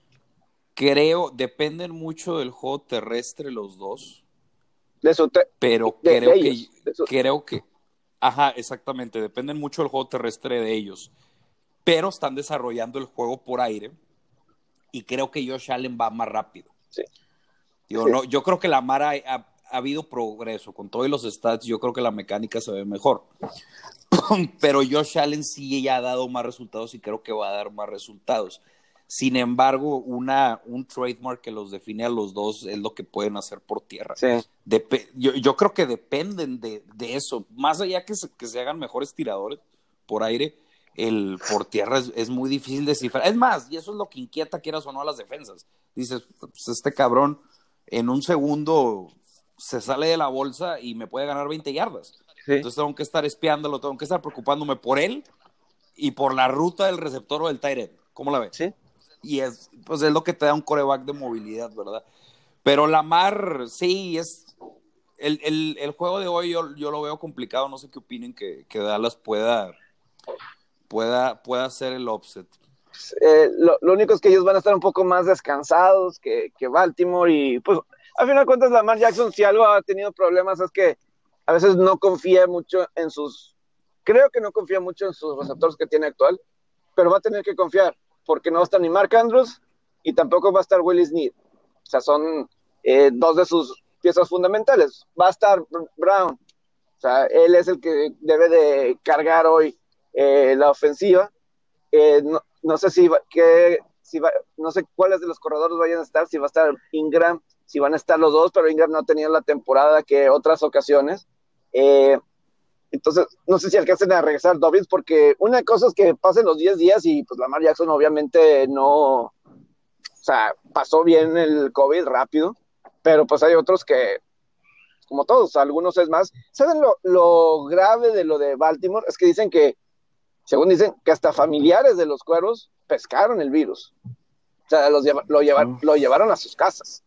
Creo, dependen mucho del juego terrestre los dos, De su te- pero de, creo de que, ellos, de su... creo que, ajá, exactamente, dependen mucho del juego terrestre de ellos, pero están desarrollando el juego por aire y creo que Josh Allen va más rápido. Sí. Digo, Sí. no, yo creo que Lamar ha, ha, ha habido progreso. Con todos los stats, yo creo que la mecánica se ve mejor. Pero Josh Allen sí ya ha dado más resultados y creo que va a dar más resultados. Sin embargo, una, un trademark que los define a los dos es lo que pueden hacer por tierra. Sí. Dep- yo, yo creo que dependen de, de eso. Más allá que se, que se hagan mejores tiradores por aire, el por tierra es, es muy difícil descifrar. Es más, y eso es lo que inquieta, quieras o no, a las defensas. Dices, pues este cabrón en un segundo se sale de la bolsa y me puede ganar veinte yardas. Sí. Entonces tengo que estar espiándolo, tengo que estar preocupándome por él y por la ruta del receptor o del tight end. ¿Cómo la ves? Sí. Y es, pues es lo que te da un coreback de movilidad, ¿verdad? Pero Lamar, sí, es el, el, el juego de hoy yo, yo lo veo complicado, no sé qué opinen que, que Dallas pueda, pueda, pueda hacer el offset. Eh, lo, lo único es que ellos van a estar un poco más descansados que, que Baltimore y pues al final de cuentas Lamar Jackson si algo ha tenido problemas es que a veces no confía mucho en sus, creo que no confía mucho en sus receptores que tiene actual, pero va a tener que confiar porque no va a estar ni Mark Andrews y tampoco va a estar Willie Snead. O sea, son eh, dos de sus piezas fundamentales. Va a estar Brown. O sea, él es el que debe de cargar hoy eh, la ofensiva. Eh, no, no sé si va, que, si va, no sé cuáles de los corredores vayan a estar, si va a estar Ingram, si van a estar los dos, pero Ingram no ha tenido la temporada que otras ocasiones. Eh, entonces, no sé si alcancen a regresar Dobbins, porque una cosa es que pasen los diez días y pues Lamar Jackson obviamente no, o sea, pasó bien el COVID rápido, pero pues hay otros que, como todos, algunos es más. ¿Saben lo, lo grave de lo de Baltimore? Es que dicen que, según dicen, que hasta familiares de los Cuervos pescaron el virus. O sea, los lleva, lo, lleva, lo llevaron a sus casas.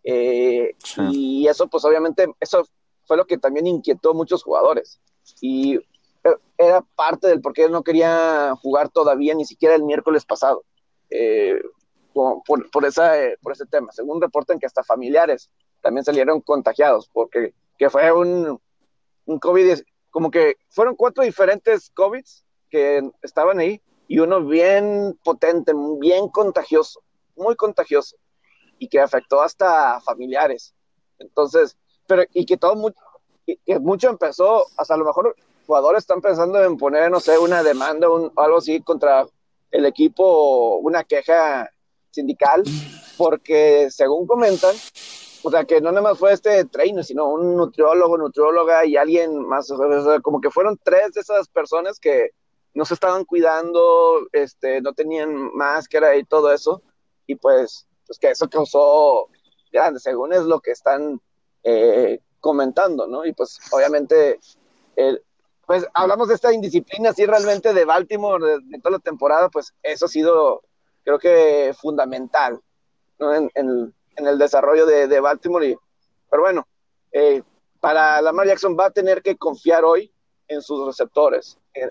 Eh, sí. Y eso, pues obviamente, eso fue lo que también inquietó a muchos jugadores. Y era parte del por qué él no quería jugar todavía, ni siquiera el miércoles pasado, eh, por, por, esa, eh, por ese tema. Según reportan que hasta familiares también salieron contagiados, porque que fue un, un COVID, como que fueron cuatro diferentes COVIDs que estaban ahí, y uno bien potente, bien contagioso, muy contagioso, y que afectó hasta familiares. Entonces, pero, y que todo mucho, y que mucho empezó, hasta a lo mejor jugadores están pensando en poner, no sé, una demanda, un, algo así contra el equipo, una queja sindical, porque según comentan, o sea, que no nada más fue este trainer, sino un nutriólogo, nutrióloga y alguien más, o sea, como que fueron tres de esas personas que no se estaban cuidando, este, no tenían máscara y todo eso, y pues, pues que eso causó, ya, según es lo que están eh, comentando, ¿no? Y pues, obviamente, eh, pues hablamos de esta indisciplina, así realmente de Baltimore, de, de toda la temporada, pues eso ha sido, creo que, fundamental, ¿no? En, en, en el desarrollo de, de Baltimore, y, pero bueno, eh, para Lamar Jackson va a tener que confiar hoy en sus receptores. Eh,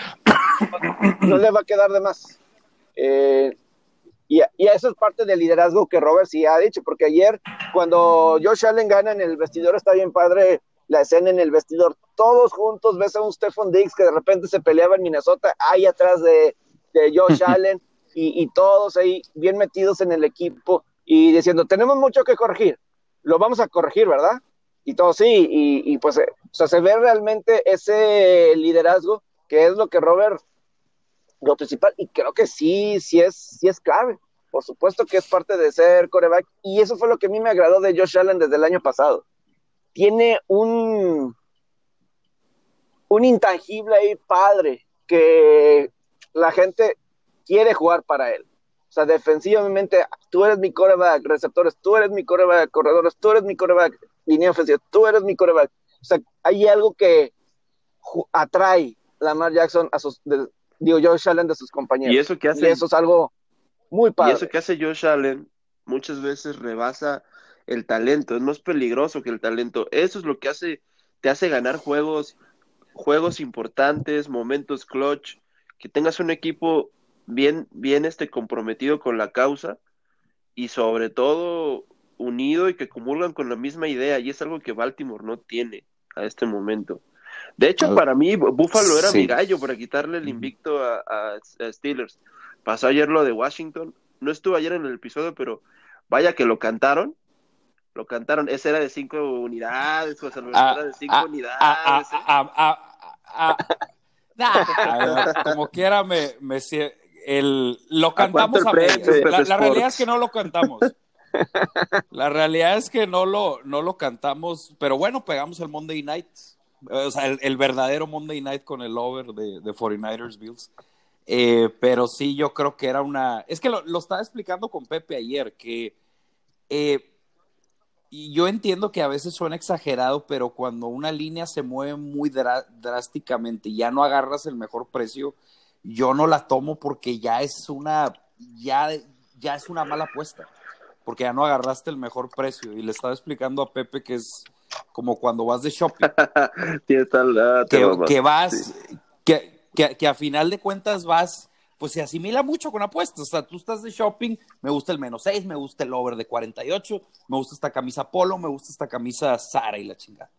no le va a quedar de más. Eh, y, y eso es parte del liderazgo que Robert sí ha dicho, porque ayer, cuando Josh Allen gana en el vestidor, está bien padre la escena en el vestidor, todos juntos, ves a un Stephon Diggs que de repente se peleaba en Minnesota, ahí atrás de, de Josh Allen, y, y todos ahí bien metidos en el equipo, y diciendo, tenemos mucho que corregir, lo vamos a corregir, ¿verdad? Y todo sí, y, y pues, eh, o sea, se ve realmente ese liderazgo, que es lo que Robert, lo principal, y creo que sí, sí es, sí es clave, por supuesto que es parte de ser quarterback, y eso fue lo que a mí me agradó de Josh Allen desde el año pasado. Tiene un, un intangible ahí padre que la gente quiere jugar para él. O sea, defensivamente, tú eres mi quarterback, receptores, tú eres mi quarterback, corredores, tú eres mi quarterback, línea ofensiva, tú eres mi quarterback. O sea, hay algo que atrae Lamar Jackson a sus, de, digo, Josh Allen de sus compañeros. Y eso que hace, y eso es algo muy padre. Y eso que hace Josh Allen muchas veces rebasa el talento, es más peligroso que el talento. Eso es lo que hace, te hace ganar juegos, juegos importantes, momentos clutch, que tengas un equipo bien, bien este, comprometido con la causa y sobre todo unido y que comulgan con la misma idea, y es algo que Baltimore no tiene a este momento. De hecho, para mí, Buffalo era Sí. mi gallo para quitarle el invicto a, a, a Steelers. Pasó ayer lo de Washington. No estuvo ayer en el episodio, pero vaya que lo cantaron. Lo cantaron. Ese era de cinco unidades, José Alberto, Ah, era de cinco ah, unidades. ah, ¿eh? ah, ah, ah, ah, ah, como quiera, me, me el, lo cantamos ¿A a, cuánto el medias. premio, Pepe La, la realidad Sports? es que no lo cantamos. La realidad es que no lo, no lo cantamos, pero bueno, pegamos el Monday Night. O sea, el, el verdadero Monday Night con el over de, de cuarenta y nueve ers Bills. Eh, pero sí, yo creo que era una... Es que lo, lo estaba explicando con Pepe ayer, que eh, y yo entiendo que a veces suena exagerado, pero cuando una línea se mueve muy dra- drásticamente y ya no agarras el mejor precio, yo no la tomo porque ya es una, ya, ya es una mala apuesta, porque ya no agarraste el mejor precio. Y le estaba explicando a Pepe que es como cuando vas de shopping. Tienes tal, ah, te que, mamaste, que vas, sí. que, que, que a final de cuentas vas, pues se asimila mucho con apuestas. O sea, tú estás de shopping, me gusta el menos seis, me gusta el over de cuarenta y ocho, me gusta esta camisa polo, me gusta esta camisa Zara y la chingada.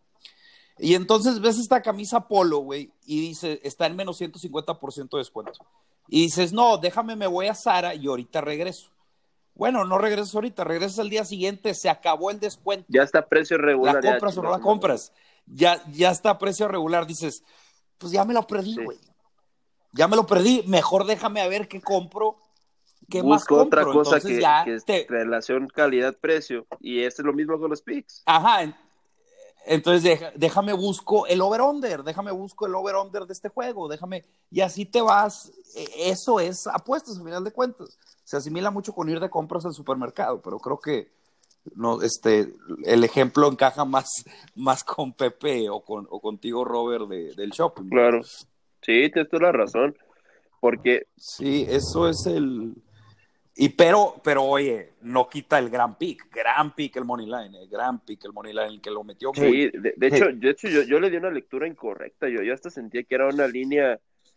Y entonces ves esta camisa polo, güey, y dice, está en menos ciento cincuenta por ciento de descuento. Y dices, no, déjame, me voy a Zara y ahorita regreso. Bueno, no regresas ahorita, regresas al día siguiente, se acabó el descuento. Ya está a precio regular. ¿La compras ya, o no la compras? Ya, ya está a precio regular. Dices, pues ya me lo perdí, güey. Sí. Ya me lo perdí. Mejor déjame a ver qué compro. ¿Qué Busco más compro? otra cosa Entonces que, ya que es te... relación calidad-precio. Y es lo mismo con los picks. Ajá. Entonces deja, déjame busco el over-under. Déjame busco el over-under de este juego. Déjame... Y así te vas. Eso es apuestas, al final de cuentas. Se asimila mucho con ir de compras al supermercado, pero creo que no, este, el ejemplo encaja más, más con Pepe o, con, o contigo, Robert, de, del shopping. Claro, ¿verdad? Sí, tienes toda la razón, porque... Sí, eso es el... Y pero, pero oye, no quita el gran pick, gran pick el money line, el gran pick el money line, el que lo metió sí, muy bien. De, de hecho, de hecho yo, yo le di una lectura incorrecta, yo, yo hasta sentía que era una línea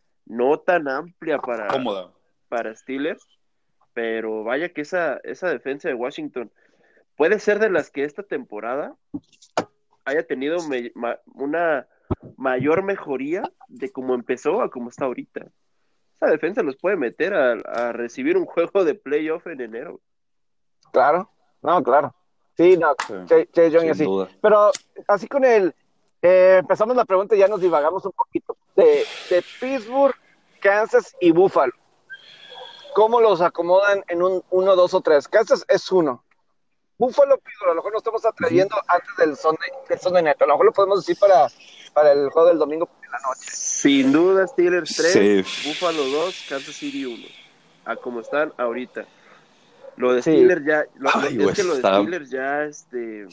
no tan amplia para, cómoda para Steelers, pero vaya que esa, esa defensa de Washington puede ser de las que esta temporada haya tenido me, ma, una mayor mejoría de cómo empezó a cómo está ahorita. Esa defensa los puede meter a, a recibir un juego de playoff en enero. Claro, no, claro. Sí, no, sí, Chase Young así. Duda. Pero así con el, eh, empezamos la pregunta y ya nos divagamos un poquito. De, de Pittsburgh, Kansas y Buffalo. ¿Cómo los acomodan en un uno, dos o tres? Kansas es uno. Buffalo, Pittsburgh, a lo mejor nos estamos atrayendo uh-huh. antes del Sunday, del Sunday Night. A lo mejor lo podemos decir para, para el juego del domingo por la noche. Sin duda, Steelers tres, sí. Buffalo dos, Kansas City uno. A como están ahorita. Lo de sí. Steelers ya, lo, Ay, lo, es que lo de Steelers ya, este,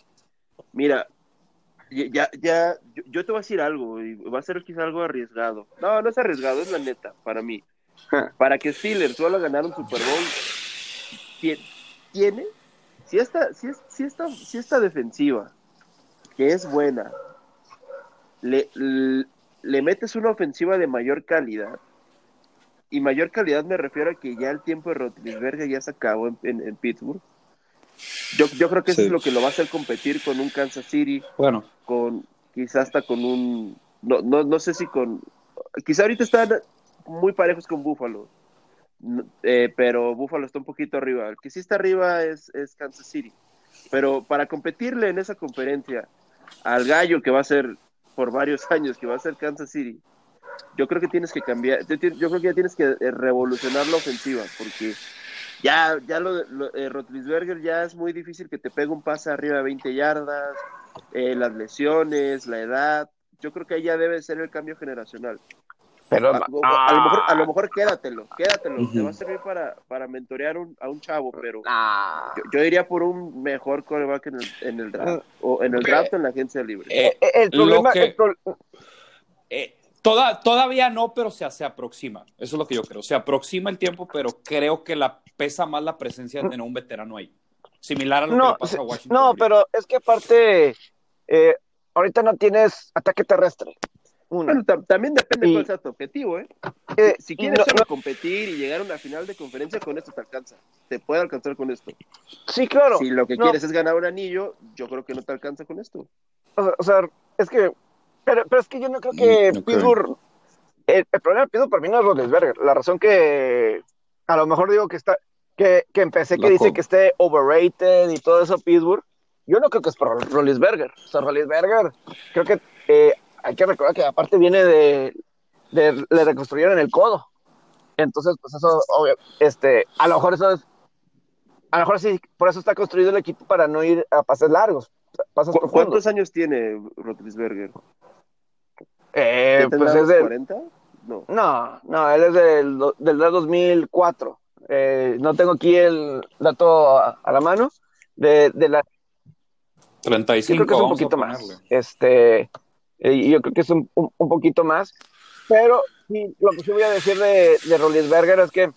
mira, ya, ya, yo, yo te voy a decir algo, y va a ser quizá algo arriesgado. No, no es arriesgado, es la neta, para mí. Para que Steelers suelo ganar un Super Bowl, tiene, si esta, si, es, si, esta, si esta defensiva, que es buena, le, le, le metes una ofensiva de mayor calidad, y mayor calidad me refiero a que ya el tiempo de Roethlisberger ya se acabó en, en, en Pittsburgh. Yo, yo creo que eso sí. es lo que lo va a hacer competir con un Kansas City, bueno. con, quizá hasta con un, no, no, no sé si con, quizá ahorita están muy parejos con Buffalo, eh, pero Buffalo está un poquito arriba. El que sí está arriba es, es Kansas City. Pero para competirle en esa conferencia al gallo que va a ser por varios años, que va a ser Kansas City, yo creo que tienes que cambiar, yo, yo creo que ya tienes que eh, revolucionar la ofensiva, porque ya, ya lo, lo eh, Roethlisberger ya es muy difícil que te pegue un pase arriba de veinte yardas, eh, las lesiones, la edad, yo creo que ahí ya debe ser el cambio generacional. Pero, A, a, lo mejor, a lo ah, mejor quédatelo, quédatelo, uh-huh. Te va a Ujú. servir para, para mentorear un, a un chavo, pero ah. yo, yo iría por un mejor quarterback en el, en el draft, o en el draft o en la agencia libre. Eh, Eh, el lo problema, que, el pro- eh, toda, todavía no, pero se, se aproxima. Eso es lo que yo creo. Se aproxima el tiempo, pero creo que la, pesa más la presencia de tener un veterano ahí. Similar a lo que no, le pasa a Washington. no, ahorita. pero es que aparte, eh, ahorita no tienes ataque terrestre. Una. Bueno, t- también depende Y- cuál sea tu objetivo, ¿eh? Eh, Si y quieres no- solo no- competir y llegar a una final de conferencia, con esto te alcanza. Te puede alcanzar con esto. sí, claro. Si lo que no, quieres es ganar un anillo, yo creo que no te alcanza con esto. o sea, o sea, es que, pero, pero es que yo no creo que Mm, ok. Pittsburgh, el, el problema de Pittsburgh para mí no es Roethlisberger. La razón que, a lo mejor digo que está, que, que empecé que La dice co- que esté overrated y todo eso Pittsburgh, yo no creo que es por Roethlisberger. O sea, Roethlisberger, creo que eh, hay que recordar que aparte viene de, de, le reconstruyeron el codo. Entonces, pues eso, obvio, este, a lo mejor eso es, a lo mejor sí, por eso está construido el equipo para no ir a pases largos, pases ¿Cu- profundos. ¿Cuántos años tiene Roethlisberger? Eh, ¿Ya tendrá pues es los del, cuarenta? No. no, no, él es del, do- del dos mil cuatro. Eh, no tengo aquí el dato a, a la mano. De, de la, treinta y yo creo que cinco, es un vamos a poquito ponerle. más. Este, eh, yo creo que es un, un, un poquito más. Pero sí, lo que sí voy a decir de, de Roethlisberger es que,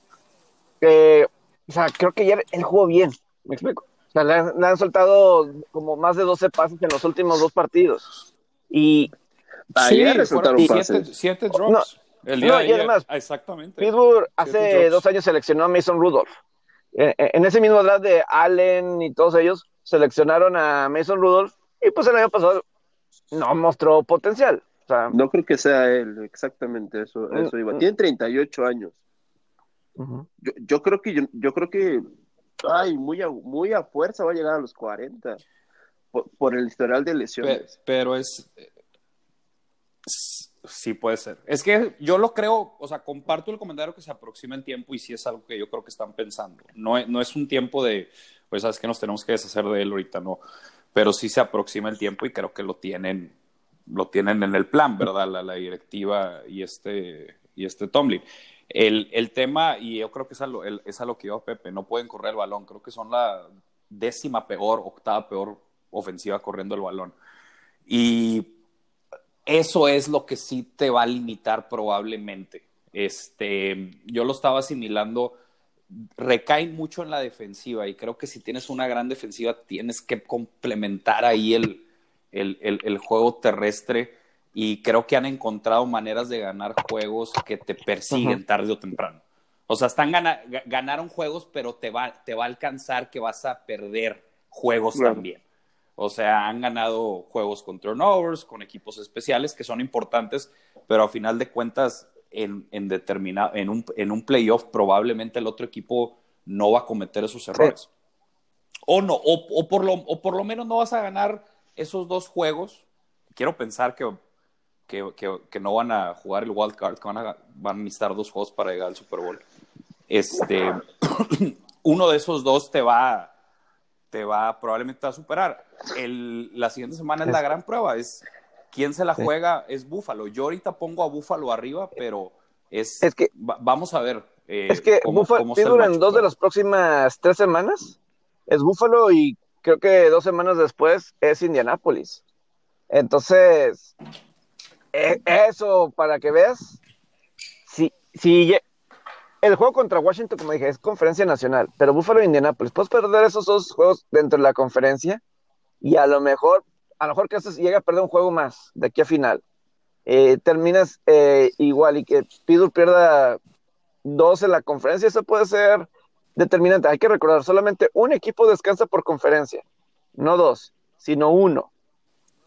eh, o sea, creo que ayer él jugó bien. ¿Me explico? O sea, le han, le han soltado como más de doce pases en los últimos dos partidos. Y Ayer Sí, resultaron fueron siete, pases. siete no, drops el día no, de y ayer. además, Ah, exactamente. Pittsburgh Siete hace drops. dos años seleccionó a Mason Rudolph. Eh, eh, En ese mismo draft de Allen y todos ellos seleccionaron a Mason Rudolph y pues el año pasado no mostró potencial. O sea, No creo que sea él, exactamente eso, mm, eso iba. mm, Tiene treinta y ocho años. ujú. Yo, yo creo que yo, yo creo que ay, muy a, muy a fuerza va a llegar a los cuarenta por, por el historial de Pe- lesiones. pero es. Sí, puede ser. Es que yo lo creo, o sea, comparto el comentario que se aproxima el tiempo y sí es algo que yo creo que están pensando. No, es- no es un tiempo de, pues, sabes que nos tenemos que deshacer de él ahorita, no. Pero sí se aproxima el tiempo y creo que lo tienen, lo tienen en el plan, ¿verdad? La, la directiva y este, y este Tomlin. El, el tema, y yo creo que es a, lo, el- es a lo que iba Pepe, no pueden correr el balón. Creo que son la décima peor, octava peor ofensiva corriendo el balón. Y eso es lo que sí te va a limitar probablemente. Este, yo lo estaba asimilando, recaen mucho en la defensiva y creo que si tienes una gran defensiva tienes que complementar ahí el, el, el, el juego terrestre y creo que han encontrado maneras de ganar juegos que te persiguen Ujú. tarde o temprano. O sea, están gana, ganaron juegos, pero te va, te va a alcanzar que vas a perder juegos Claro. también. O sea, han ganado juegos con turnovers, con equipos especiales que son importantes, pero a final de cuentas, en, en, determinado, en, un, en un playoff, probablemente el otro equipo no va a cometer esos errores. O no, o, o, por lo, o por lo menos no vas a ganar esos dos juegos. Quiero pensar que, que, que, que no van a jugar el wild card, que van a, van a necesitar dos juegos para llegar al Super Bowl. Este, uno de esos dos te va te va, probablemente te va a superar. El, la siguiente semana es la gran prueba, es quién se la juega, es Buffalo. Yo ahorita pongo a Buffalo arriba, pero es, Es que, va, vamos a ver eh, es que cómo, Buffalo, cómo está el Pittsburgh en matchup. dos de las próximas tres semanas es Buffalo y creo que dos semanas después es Indianapolis. Entonces, eh, eso para que veas, si, si ye- el juego contra Washington, como dije, es conferencia nacional, pero Buffalo e Indianapolis, puedes perder esos dos juegos dentro de la conferencia y a lo mejor, a lo mejor que haces, llega a perder un juego más de aquí a final. Eh, terminas eh, igual y que Pittsburgh pierda dos en la conferencia, eso puede ser determinante. Hay que recordar, solamente un equipo descansa por conferencia, no dos, sino uno.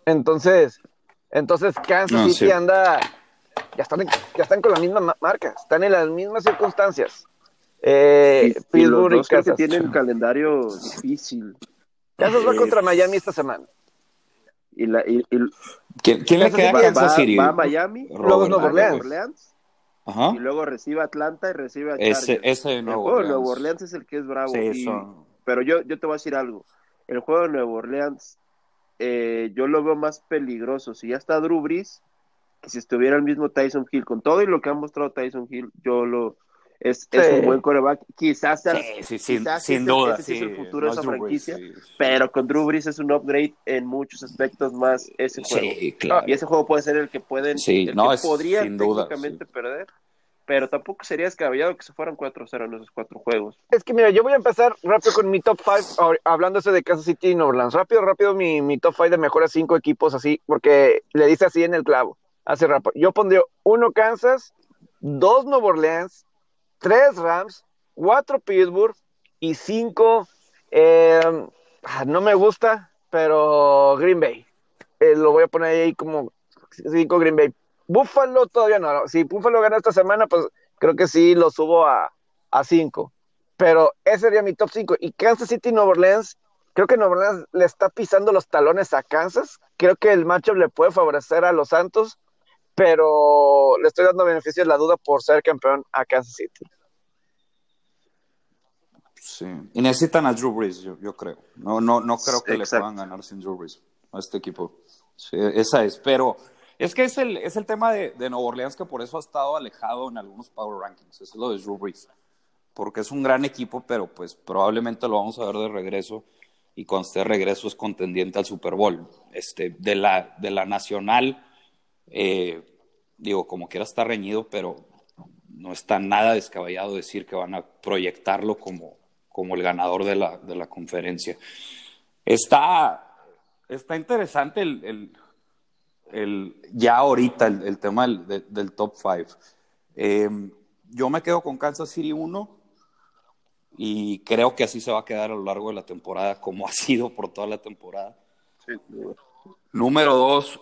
Entonces, entonces Kansas No, City sí. anda, ya están, en- ya están con la misma ma- marca, están en las mismas circunstancias. Eh, Y, y los Pittsburgh y dos creo que Kansas. Sí. tienen calendario difícil. Kansas va Eh, contra Miami esta semana. y la, y, y ¿Quién, quién le Kansas queda a City va, es, Kansas va, va a City? Miami, luego es Robert, Nueva va a ¿dónde, Nueva güey? Orleans. Orleans y Ajá. luego recibe a Atlanta y recibe a Ese, Chargers. ese de El Nueva juego de Nueva Orleans. Orleans es el que es bravo. Sí, Y, son. pero yo, yo te voy a decir algo. El juego de Nueva Orleans, eh, yo lo veo más peligroso. Si ya está Drew Brees, que si estuviera el mismo Tyson Hill, con todo y lo que ha mostrado Tyson Hill, yo lo es, es un buen Sí. quarterback. Quizás sea, Sí, sí, sin, quizás sí sin es el, duda, ese sí es el sí. futuro de No es esa Drew Brees, franquicia, sí, sí. pero con Drew Brees es un upgrade en muchos aspectos más ese juego. Sí, Ah, Y ese claro. juego puede ser el que pueden, Sí, el que no, es podrían sin duda, sí. técnicamente perder, pero tampoco sería descabellado que se fueran cuatro cero en esos cuatro juegos. es que mira, yo voy a empezar rápido con mi top cinco, hablando ese de Kansas City y New Orleans. Rápido, rápido, mi, mi top cinco de mejores cinco equipos así, porque le dice así en el clavo. Hace rápido. Yo pondría uno Kansas, dos Nueva Orleans, tres Rams, cuatro Pittsburgh y cinco, eh, no me gusta, pero Green Bay. Eh, lo voy a poner ahí como cinco Green Bay. Buffalo todavía no, no. Si Buffalo gana esta semana, pues creo que sí lo subo a, a cinco. Pero ese sería mi top cinco. Y Kansas City, Nueva Orleans, creo que Nueva Orleans le está pisando los talones a Kansas. Creo que el matchup le puede favorecer a los Santos, pero le estoy dando beneficio de la duda por ser campeón a Kansas City. Sí. Y necesitan a Drew Brees, yo, yo creo. No, no, no creo que le puedan Exacto. ganar sin Drew Brees a este equipo. Sí, esa es. Pero es que es el, es el tema de, de Nueva Orleans que por eso ha estado alejado en algunos Power Rankings. Eso es lo de Drew Brees. Porque es un gran equipo, pero pues probablemente lo vamos a ver de regreso. Y cuando esté de regreso es contendiente al Super Bowl. Este, de, la, de la nacional, eh, digo, como quiera está reñido, pero no está nada descabellado decir que van a proyectarlo como, como el ganador de la, de la conferencia. Está, está interesante el, el, el ya ahorita el, el tema del, de, del top cinco. Eh, yo me quedo con Kansas City uno y creo que así se va a quedar a lo largo de la temporada, como ha sido por toda la temporada. Sí. Número dos.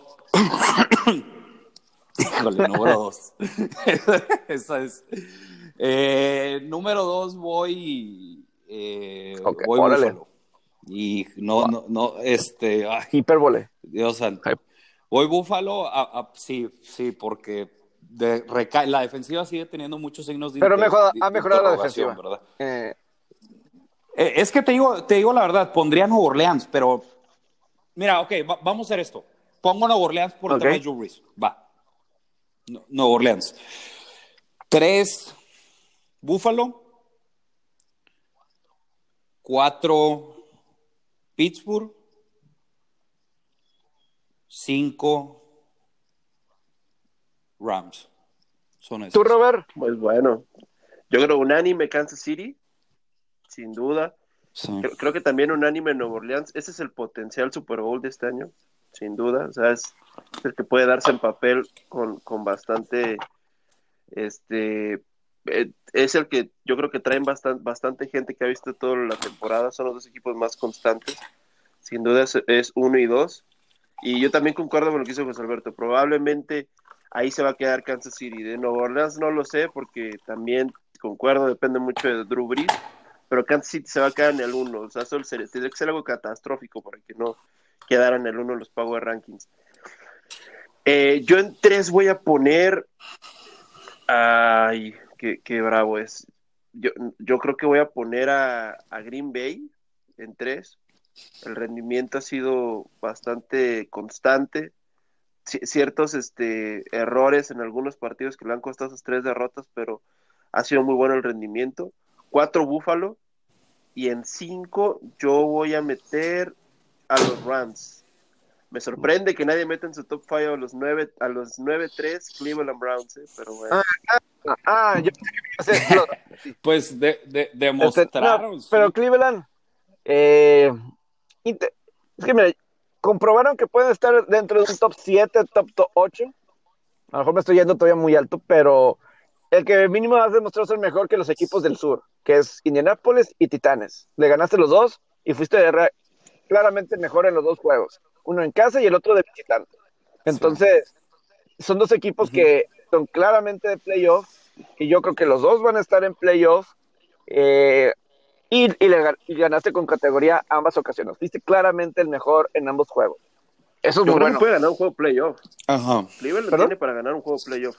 Híjole, número dos. Esa es. Eh, número dos voy. Eh, Ok, voy órale. Búfalo. Y no, no, no, este. Ay, Hipérbole. Dios santo. Voy Búfalo, a, a, sí, sí, porque de, reca- la defensiva sigue teniendo muchos signos de, Pero inter, mejor, de, ha de mejorado la interrogación, defensiva. ¿verdad? Eh, Eh, es que te digo, te digo la verdad, pondría Nueva Orleans, pero mira, ok, va, vamos a hacer esto. Pongo Nueva Orleans por el ok. tema de Drew Brees. Va. No, Nueva Orleans. Tres, Buffalo. Cuatro, Pittsburgh. Cinco, Rams. Son esos. ¿Tú, Robert? Pues bueno, yo creo unánime Kansas City, sin duda. Sí. Creo, creo que también unánime Nueva Orleans. Ese es el potencial Super Bowl de este año, sin duda. O sea, es el que puede darse en papel con, con bastante, este, eh, es el que yo creo que traen bastante, bastante gente que ha visto toda la temporada. Son los dos equipos más constantes. Sin duda es, es uno y dos. Y yo también concuerdo con lo que hizo José Alberto. Probablemente ahí se va a quedar Kansas City. De Nueva Orleans no lo sé, porque también concuerdo, depende mucho de Drew Brees, pero Kansas City se va a quedar en el uno. O sea, solo sería, tendría que ser algo catastrófico para que no quedara en el uno los Power Rankings. Eh, yo en tres voy a poner. Ay, qué, qué bravo es. Yo, yo creo que voy a poner a, a Green Bay en tres. El rendimiento ha sido bastante constante. C- ciertos este, errores en algunos partidos que le han costado esas tres derrotas, pero ha sido muy bueno el rendimiento. Cuatro Búfalo. Y en cinco yo voy a meter a los Rams. Me sorprende que nadie meta en su top cinco a los nueve, a los nueve tres Cleveland Browns, ¿eh? Pero bueno. Ah, ah, yo pensé que iba a ser- sí. Pues de, de, Este, demostraron. no, pero Sí. Cleveland, eh, inte- es que mira, comprobaron que pueden estar dentro de un top siete, top ocho. A lo mejor me estoy yendo todavía muy alto, pero el que mínimo has demostrado ser mejor que los equipos del sur, que es Indianapolis y Titanes. Le ganaste los dos y fuiste de re- claramente mejor en los dos juegos. uno en casa y el otro de visitante. Entonces, sí. son dos equipos uh-huh. que son claramente de playoff, y yo creo que los dos van a estar en playoff, eh, y, y, le, y ganaste con categoría ambas ocasiones. Fuiste claramente el mejor en ambos juegos. Eso es yo muy creo bueno. Que puede ganar un juego playoff. Ajá. Cleveland lo tiene para ganar un juego playoff.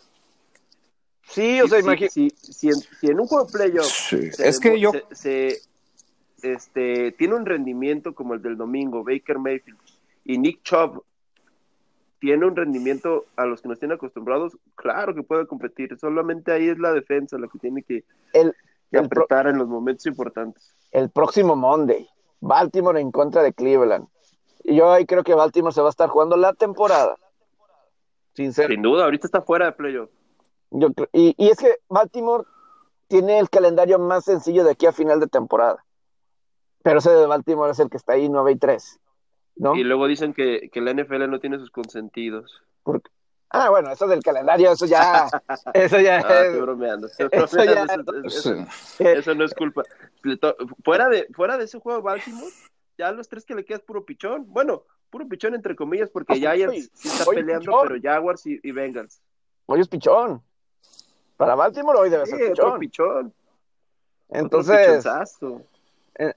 Sí, o sea, imagínate. Si, si, si, en, si en un juego playoff sí. se, es que yo... se, se este, tiene un rendimiento como el del domingo, Baker Mayfield y Nick Chubb tiene un rendimiento a los que nos tienen acostumbrados, claro que puede competir, solamente ahí es la defensa la que tiene que, el, que el apretar pro, en los momentos importantes. El próximo Monday, Baltimore en contra de Cleveland. Y yo ahí creo que Baltimore se va a estar jugando la temporada. Sin, ser. Sin duda, ahorita está fuera de playoff. Yo, y, y es que Baltimore tiene el calendario más sencillo de aquí a final de temporada. Pero ese de Baltimore es el que está ahí nueve y tres, ¿no? Y luego dicen que, que la N F L no tiene sus consentidos. Porque, ah, bueno, eso del calendario, eso ya... eso ya ah, es... estoy bromeando. Estoy eso, bromeando. Ya, eso, eso, eso, eso no es culpa. Fuera de, fuera de ese juego Baltimore, ya los tres que le quedan es puro pichón. Bueno, puro pichón entre comillas, porque ah, Giants sí está hoy peleando, pichón. Pero Jaguars y, y Bengals. Hoy es pichón. Para Baltimore hoy debe sí, ser pichón. Otro pichón. Entonces... Otro eh,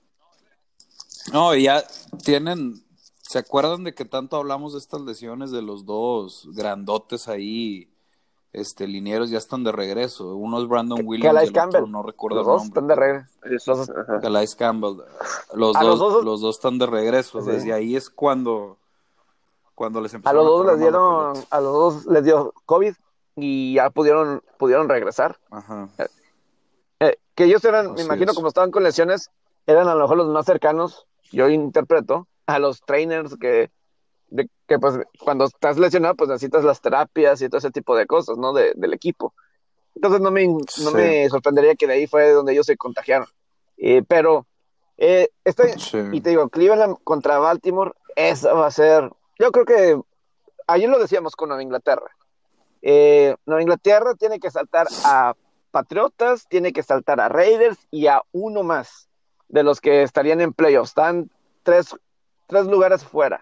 no, ya tienen, ¿se acuerdan de que tanto hablamos de estas lesiones de los dos grandotes ahí, este, linieros, ya están de regreso? Uno es Brandon Williams Calais y el Campbell. otro no recuerdo los el dos nombre. Están de regreso. Los dos, Calais Campbell. Los, a dos, los, dos, los dos están de regreso. Sí. Desde ahí es cuando, cuando les empezaron a los dos a les dieron, a los dos les dio COVID y ya pudieron, pudieron regresar. Ajá. Eh, eh, que ellos eran, Así me imagino, es. como estaban con lesiones, eran a lo mejor los más cercanos, yo interpreto, a los trainers que, de, que pues cuando estás lesionado pues necesitas las terapias y todo ese tipo de cosas, ¿no? De, del equipo. Entonces no me, Sí. no me sorprendería que de ahí fue donde ellos se contagiaron. Eh, pero, eh, estoy, Sí. y te digo, Cleveland contra Baltimore, esa va a ser, yo creo que, ayer lo decíamos con Nueva Inglaterra, eh, Nueva Inglaterra tiene que saltar a Patriotas, tiene que saltar a Raiders y a uno más de los que estarían en playoffs. Están tres, tres lugares fuera.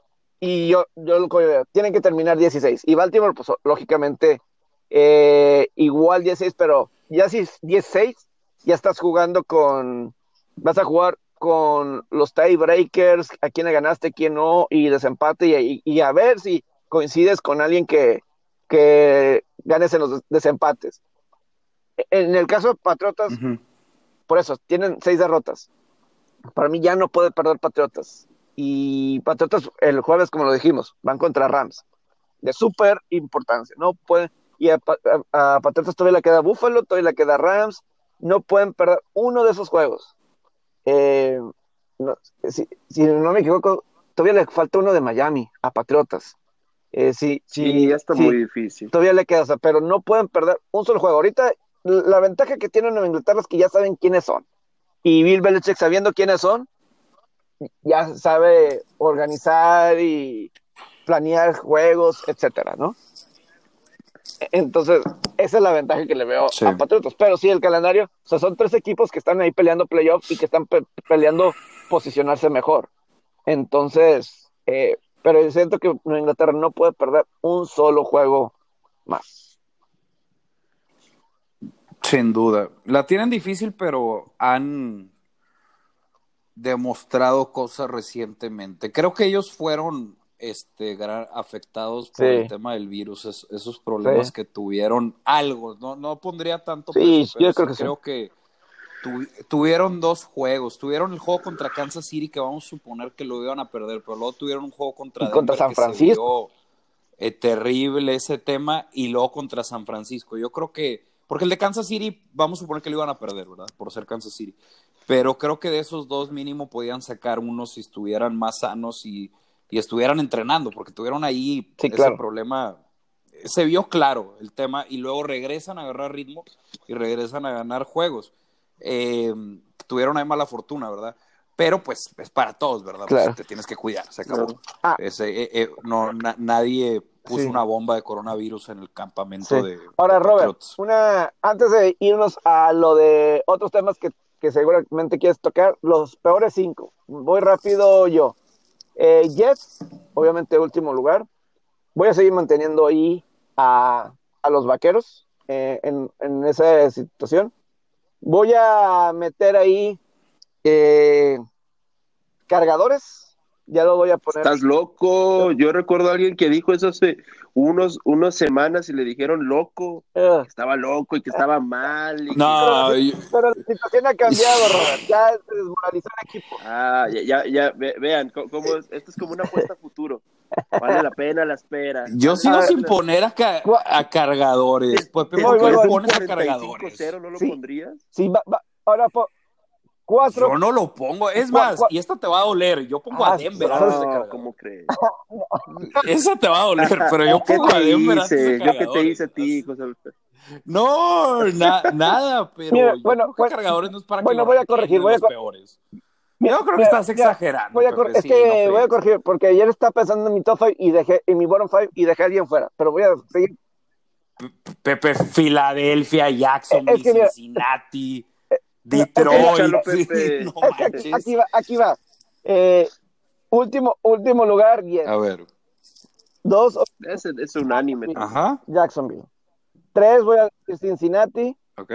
Y yo, yo lo que veo, tienen que terminar dieciséis. Y Baltimore, pues lógicamente, eh, igual dieciséis, pero ya si dieciséis, ya estás jugando con, vas a jugar con los tiebreakers, a quién le ganaste, quién no, y desempate, y, y, y a ver si coincides con alguien que, que ganes en los desempates. En el caso de Patriotas, uh-huh. por eso, tienen seis derrotas. Para mí ya no puede perder Patriotas. Y Patriotas el jueves, como lo dijimos, van contra Rams. De súper importancia. No pueden, y a, a, a Patriotas todavía le queda Buffalo, todavía le queda Rams. No pueden perder uno de esos juegos. Eh, no, si, si no me equivoco, todavía le falta uno de Miami a Patriotas. Eh, sí, sí, sí, ya está sí, muy difícil. Todavía le queda, o sea, pero no pueden perder un solo juego. Ahorita la ventaja que tienen en Inglaterra es que ya saben quiénes son. Y Bill Belichick, sabiendo quiénes son, ya sabe organizar y planear juegos, etcétera, ¿no? Entonces, esa es la ventaja que le veo sí. a Patriotas. Pero sí, el calendario, o sea, son tres equipos que están ahí peleando playoff y que están pe- peleando posicionarse mejor. Entonces, eh, pero yo siento que Inglaterra no puede perder un solo juego más. Sin duda. La tienen difícil, pero han demostrado cosas recientemente. Creo que ellos fueron este, gran, afectados por sí. el tema del virus, es, esos problemas sí. que tuvieron, algo, no, no pondría tanto sí, peso, pero yo creo sí que, creo sí. que tu, tuvieron dos juegos, tuvieron el juego contra Kansas City, que vamos a suponer que lo iban a perder, pero luego tuvieron un juego contra y contra Denver San Francisco. que se vio eh, terrible ese tema, y luego contra San Francisco. Yo creo que, porque el de Kansas City, vamos a suponer que lo iban a perder, ¿verdad? Por ser Kansas City. Pero creo que de esos dos mínimo podían sacar uno si estuvieran más sanos y, y estuvieran entrenando, porque tuvieron ahí sí, ese claro. problema. Se vio claro el tema y luego regresan a agarrar ritmo y regresan a ganar juegos. Eh, tuvieron ahí mala fortuna, ¿verdad? Pero pues es para todos, ¿verdad? Claro. Pues te tienes que cuidar, se acabó. Claro. Ah. Ese, eh, eh, no, na, nadie puso sí. una bomba de coronavirus en el campamento sí. de Ahora, de Robert, una, antes de irnos a lo de otros temas que, que seguramente quieres tocar, los peores cinco. Voy rápido yo. Eh, Jets, obviamente último lugar. Voy a seguir manteniendo ahí a, a los vaqueros eh, en, en esa situación. Voy a meter ahí eh, cargadores. Ya lo voy a poner. Estás loco. Yo recuerdo a alguien que dijo eso hace unos, unas semanas y le dijeron loco, Uh, que estaba loco y que estaba mal y que... pero, la, No, yo- pero la situación ha cambiado, Robert. Ya se desmoralizó el equipo. Ah, ya, ya, ya, ve- vean, co- cómo es- esto es como una apuesta a futuro. Vale la pena la espera. yo Vale la sigo A ver, sin pena. poner a, ca- cua- a cargadores. De- Pues, ¿por voy, qué voy, no después de un voy. pones a cuarenta y cinco cargadores? cero, ¿no lo Sí, pondrías? sí, va, va. Ahora po, cuatro. Yo no lo pongo. Es Cua, más, cua, y esta te va a doler. Yo pongo a ah, Denver antes de No, cargadores. ¿cómo crees? Esa te va a doler, pero yo ¿Qué pongo te a Denver antes de hice? ¿Yo qué te cargadores. hice a ti, José Alfredo? No, na- nada, mira, pero yo bueno, creo que bueno, cargadores no es para que bueno, lo voy a ranqueen corregir, de voy a, los co- peores. mira, Yo creo que mira, estás mira, exagerando, voy a cor- Pepe. es Sí, no que voy a friegues. corregir, porque ayer estaba pensando en mi top five y dejé, en mi bottom five y dejé a alguien fuera, pero voy a seguir. Pepe, Filadelfia, Eh, Es Jacksonville, que mira, Cincinnati, no, es que mira, Échalo, Detroit. Pepe. No es que aquí, aquí manches. va, aquí va. Eh, último, último lugar, A Jets. ver. Dos, Es, es unánime también. Ajá. Jacksonville. Tres, voy a decir Cincinnati. Ok.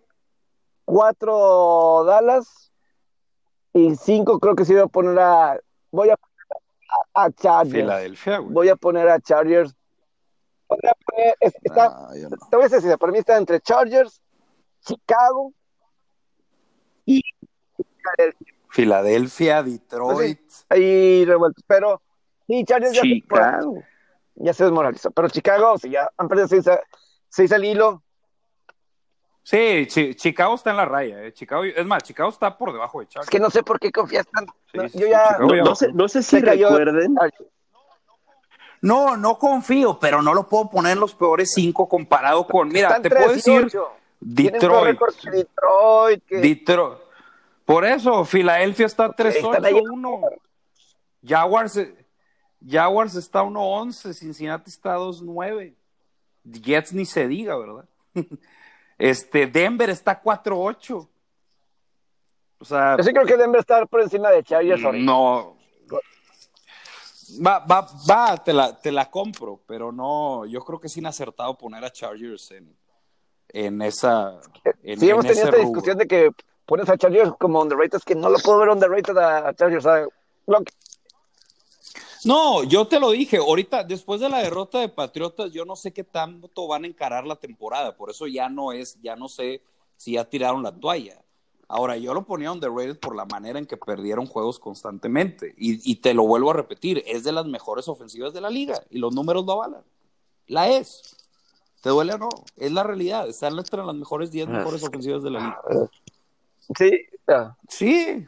Cuatro, Dallas. Y cinco, creo que sí voy a poner a. Voy a, a Chargers. Filadelfia, güey. Voy a poner a Chargers. Voy a poner, es- está, Ah, yo no. te voy a decir, para mí está entre Chargers, Chicago y Philadelphia. Filadelfia, Pues sí, Detroit. ahí revueltos. Pero sí, Chargers ya se desmoralizó. Chicago. Ya se desmoralizó. Pero Chicago, sí, ya han perdido seis, a- seis al hilo. Sí, Chi- Chicago está en la raya. eh. Chicago, es más, Chicago está por debajo de Es Chargers. que no sé por qué confías tanto. Sí, No, sí, yo sí, ya Chicago No, ya no bajó. sé, no sé si se cayó. recuerden. No, no confío, pero no lo puedo poner en los peores cinco comparado con. Mira, Están te puedo tres y decir ocho. Tienen mejor Detroit. récord que Detroit. Que... Detroit. Por eso, Filadelfia está tres están ahí. ocho uno. Jaguars, Jaguars está uno once. Cincinnati está dos nueve. Jets ni se diga, ¿verdad? Este, Denver está cuatro ocho. O sea, Yo sí creo que Denver está por encima de Chargers ahorita. no. Va, va, va, te la, te la compro, pero no, yo creo que es inacertado poner a Chargers en, en esa. En, Sí, hemos en tenido ese esta rubro. discusión de que pones a Chargers como underrated, es que no lo puedo ver underrated a Chargers. ¿Sabes? Lo que- No, yo te lo dije, ahorita, después de la derrota de Patriotas, yo no sé qué tanto van a encarar la temporada, por eso ya no es, ya no sé si ya tiraron la toalla. Ahora, yo lo ponía underrated por la manera en que perdieron juegos constantemente, y, y te lo vuelvo a repetir, es de las mejores ofensivas de la liga, y los números lo avalan. La es. ¿Te duele o no? Es la realidad, están entre las mejores diez mejores ofensivas de la liga. Sí, ah, Sí.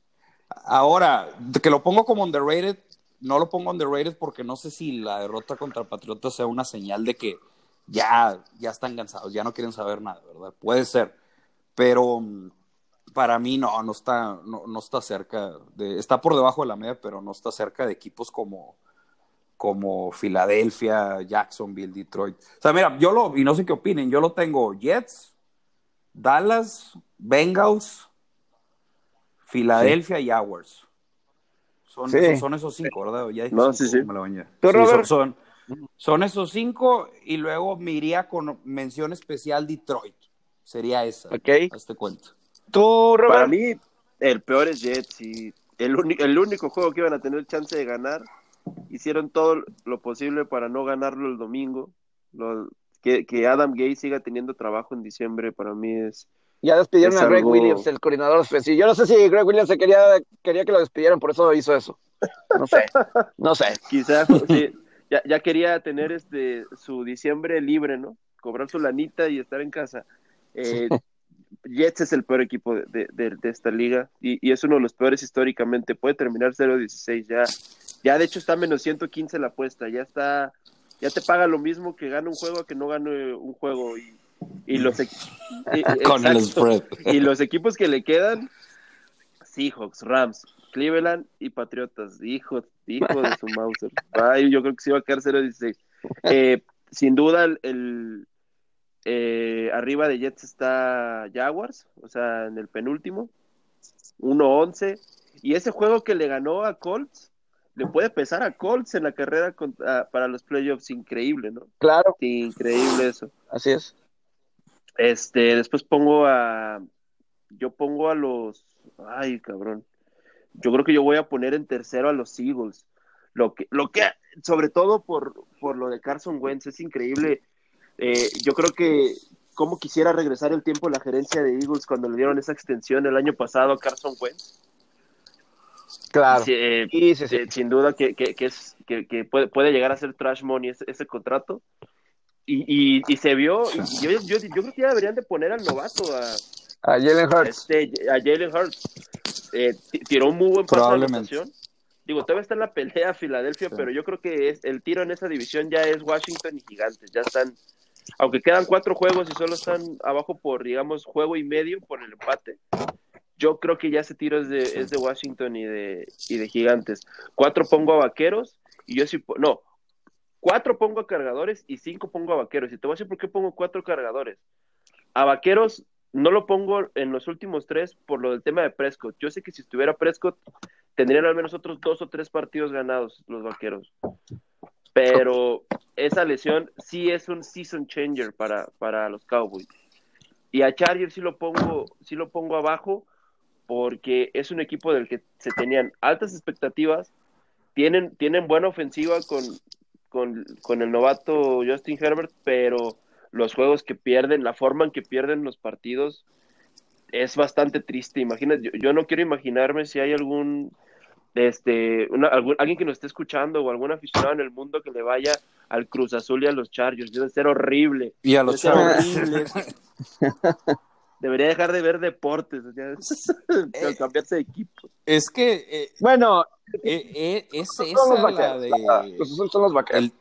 Ahora, de que lo pongo como underrated, no lo pongo underrated porque no sé si la derrota contra Patriotas sea una señal de que ya, ya están cansados, ya no quieren saber nada, ¿verdad? Puede ser, pero mm, para mí no, no está, no, no está cerca, de, está por debajo de la media, pero no está cerca de equipos como, como Filadelfia, Jacksonville, Detroit. O sea, mira, yo lo, y no sé qué opinen, yo lo tengo Jets, Dallas, Bengals, Filadelfia y Jaguars. Son, sí. esos, son esos cinco, ¿verdad? Ya dije No, cinco, sí, sí. me la bañé. ¿Tú, Sí, son, Robert? son, son esos cinco y luego me iría con mención especial Detroit. Sería esa. Ok. Hazte cuenta. ¿Tú, Robert? Para mí, el peor es Jets y el, uni- el único juego que iban a tener chance de ganar, hicieron todo lo posible para no ganarlo el domingo. Lo- que, que Adam Gase siga teniendo trabajo en diciembre, para mí es, Ya despidieron es a Greg algo- Williams, el coordinador ofensivo. Yo no sé si Greg Williams se quería, quería que lo despidieran, por eso hizo eso. No sé, no sé. quizá sí, ya, ya quería tener este su diciembre libre, ¿no? Cobrar su lanita y estar en casa. Eh, Jets es el peor equipo de, de, de- de esta liga y, y es uno de los peores históricamente. Puede terminar cero dieciséis ya. Ya de hecho está menos ciento quince la apuesta. Ya está, ya te paga lo mismo que gane un juego a que no gane un juego. Y, y los equ- y- Con el exacto. spread. Y los equipos que le quedan, Seahawks, Rams, Cleveland y Patriotas. Hijo, hijo de su Mauser. Ay, yo creo que sí va a quedar cero dieciséis. Eh, sin duda, el, el, eh, arriba de Jets está Jaguars, o sea, en el penúltimo, uno once. Y ese juego que le ganó a Colts, le puede pesar a Colts en la carrera contra, para los playoffs, increíble, ¿no? Claro. Increíble eso. Así es. Este, después pongo a, yo pongo a los, ay, cabrón, yo creo que yo voy a poner en tercero a los Eagles, lo que, lo que, sobre todo por, por lo de Carson Wentz, es increíble. Eh, yo creo que cómo quisiera regresar el tiempo la gerencia de Eagles cuando le dieron esa extensión el año pasado a Carson Wentz. Claro. Sí, eh, sí, sí, sí. eh, sin duda que, que, que es, que, que puede, puede llegar a ser trash money ese, ese contrato. Y, y, y se vio, y yo, yo, yo creo que ya deberían de poner al novato, a, A Jalen a, Hurts. este, a Jalen Hurts. Eh, t- tiró un muy buen pase de Probablemente. anotación. Digo, todavía está en la pelea Filadelfia, Sí. pero yo creo que es, el tiro en esa división ya es Washington y Gigantes. Ya están, aunque quedan cuatro juegos y solo están abajo por, digamos, juego y medio por el empate, yo creo que ya ese tiro es de, Sí. es de Washington y de, y de Gigantes. Cuatro pongo a Vaqueros y yo sí, po- no, cuatro pongo a Cargadores y cinco pongo a Vaqueros. Y te voy a decir por qué pongo cuatro Cargadores. A Vaqueros no lo pongo en los últimos tres por lo del tema de Prescott. Yo sé que si estuviera Prescott tendrían al menos otros dos o tres partidos ganados los Vaqueros. Pero esa lesión sí es un season changer para, para los Cowboys. Y a Chargers sí lo pongo, sí lo pongo abajo porque es un equipo del que se tenían altas expectativas, tienen, tienen buena ofensiva con, con, con el novato Justin Herbert, pero los juegos que pierden, la forma en que pierden los partidos es bastante triste. Imagínate, yo, yo no quiero imaginarme si hay algún este, una, algún, alguien que nos esté escuchando o algún aficionado en el mundo que le vaya al Cruz Azul y a los Chargers. Debe ser horrible. Y a los Debe ser Chargers. horrible. Debería dejar de ver deportes, o sea, Eh, cambiarse de equipo. Es que eh, Bueno, eh, eh, es son los esa la vaqueros. de Los Azul son los vaqueros. el,